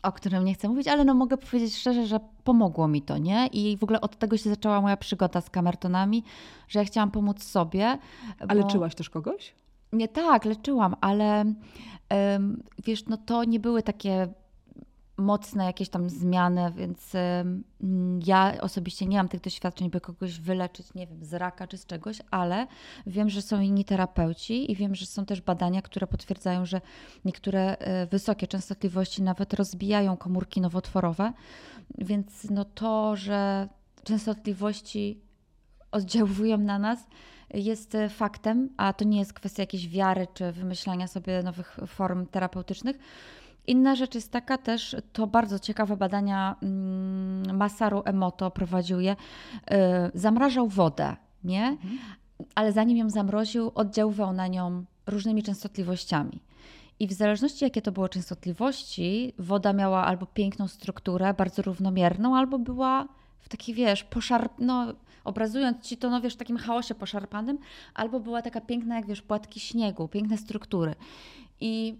o którym nie chcę mówić, ale no mogę powiedzieć szczerze, że pomogło mi to, nie? I w ogóle od tego się zaczęła moja przygoda z kamertonami, że ja chciałam pomóc sobie. A bo... leczyłaś też kogoś? Nie, tak, leczyłam, ale um, wiesz, no to nie były takie mocne jakieś tam zmiany, więc um, ja osobiście nie mam tych doświadczeń, by kogoś wyleczyć, nie wiem, z raka czy z czegoś, ale wiem, że są inni terapeuci i wiem, że są też badania, które potwierdzają, że niektóre y, wysokie częstotliwości nawet rozbijają komórki nowotworowe, więc no to, że częstotliwości oddziałują na nas, jest faktem, a to nie jest kwestia jakiejś wiary czy wymyślania sobie nowych form terapeutycznych. Inna rzecz jest taka też, to bardzo ciekawe badania Masaru Emoto prowadził je, zamrażał wodę, nie? Mhm. Ale zanim ją zamroził, oddziaływał na nią różnymi częstotliwościami. I w zależności jakie to były częstotliwości, woda miała albo piękną strukturę, bardzo równomierną, albo była w takiej, wiesz, poszarp... no, obrazując ci to, no wiesz, w takim chaosie poszarpanym, albo była taka piękna, jak wiesz, płatki śniegu, piękne struktury. I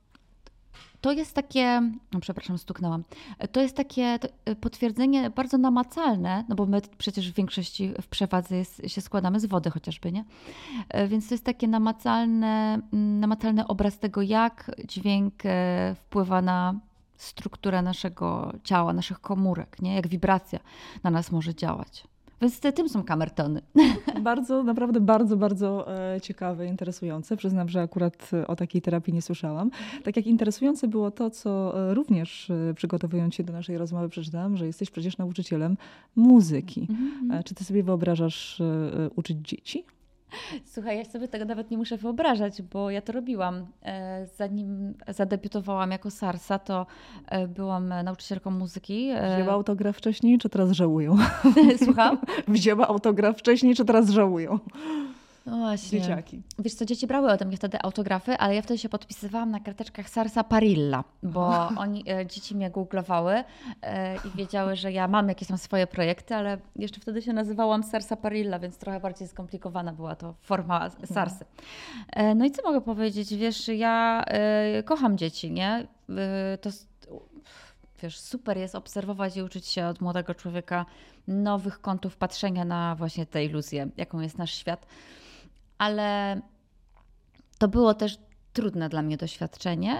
to jest takie, no przepraszam, stuknęłam, to jest takie potwierdzenie bardzo namacalne, no bo my przecież w większości w przewadze jest, się składamy z wody chociażby, nie? Więc to jest takie namacalne, namacalny obraz tego, jak dźwięk wpływa na strukturę naszego ciała, naszych komórek, nie? Jak wibracja na nas może działać. Więc tym są kamertony. Bardzo, naprawdę bardzo, bardzo ciekawe, interesujące. Przyznam, że akurat o takiej terapii nie słyszałam. Tak jak interesujące było to, co również przygotowując się do naszej rozmowy przeczytałam, że jesteś przecież nauczycielem muzyki. Mm-hmm. Czy ty sobie wyobrażasz uczyć dzieci? Słuchaj, ja sobie tego nawet nie muszę wyobrażać, bo ja to robiłam. Zanim zadebiutowałam jako Sarsa, to byłam nauczycielką muzyki. Wzięła autograf wcześniej, czy teraz żałują? Słucham? Wzięła autograf wcześniej, czy teraz żałują? No właśnie. Dzieciaki. Wiesz co, dzieci brały ode mnie wtedy autografy, ale ja wtedy się podpisywałam na karteczkach Sarsa Parilla, bo oni, e, dzieci mnie googlowały e, i wiedziały, że ja mam jakieś tam swoje projekty, ale jeszcze wtedy się nazywałam Sarsa Parilla, więc trochę bardziej skomplikowana była to forma Sarsy. E, no i co mogę powiedzieć? Wiesz, ja e, kocham dzieci, nie? E, to wiesz, super jest obserwować i uczyć się od młodego człowieka nowych kątów patrzenia na właśnie tę iluzję, jaką jest nasz świat. Ale to było też trudne dla mnie doświadczenie.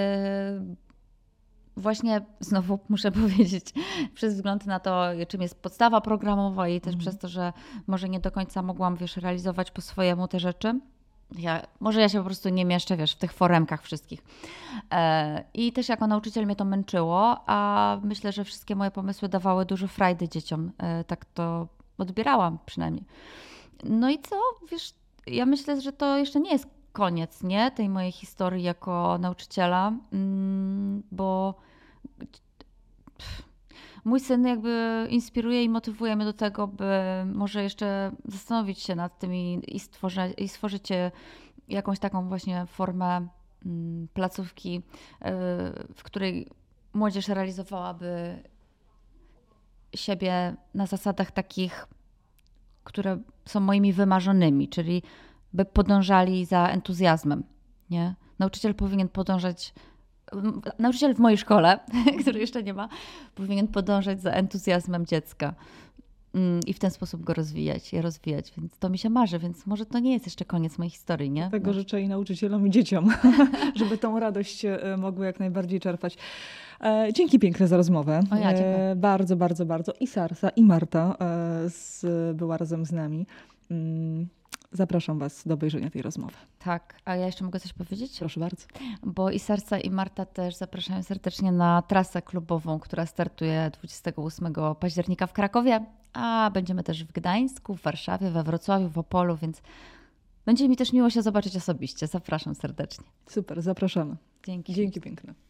Właśnie znowu muszę powiedzieć, przez wzgląd na to, czym jest podstawa programowa i też mm. przez to, że może nie do końca mogłam, wiesz, realizować po swojemu te rzeczy. Ja, może ja się po prostu nie mieszczę, wiesz, w tych foremkach wszystkich. I też jako nauczyciel mnie to męczyło, a myślę, że wszystkie moje pomysły dawały dużo frajdy dzieciom. Tak to odbierałam przynajmniej. No i co, wiesz, ja myślę, że to jeszcze nie jest koniec, nie? Tej mojej historii jako nauczyciela, bo mój syn jakby inspiruje i motywuje mnie do tego, by może jeszcze zastanowić się nad tym i, i, stworzyć, i stworzyć jakąś taką właśnie formę placówki, w której młodzież realizowałaby siebie na zasadach takich, które są moimi wymarzonymi, czyli by podążali za entuzjazmem, nie? Nauczyciel powinien podążać, nauczyciel w mojej szkole, który jeszcze nie ma, powinien podążać za entuzjazmem dziecka i w ten sposób go rozwijać, je rozwijać, więc to mi się marzy, więc może to nie jest jeszcze koniec mojej historii, nie? Tego no. życzę i nauczycielom, i dzieciom, żeby tą radość mogły jak najbardziej czerpać. Dzięki piękne za rozmowę. O ja, dziękuję. Bardzo, bardzo, bardzo. I Sarsa, i Marta z, była razem z nami. Zapraszam Was do obejrzenia tej rozmowy. Tak, a ja jeszcze mogę coś powiedzieć? Proszę bardzo. Bo i Sarsa, i Marta też zapraszają serdecznie na trasę klubową, która startuje dwudziestego ósmego października w Krakowie, a będziemy też w Gdańsku, w Warszawie, we Wrocławiu, w Opolu, więc będzie mi też miło się zobaczyć osobiście. Zapraszam serdecznie. Super, zapraszamy. Dzięki. Dzięki piękne.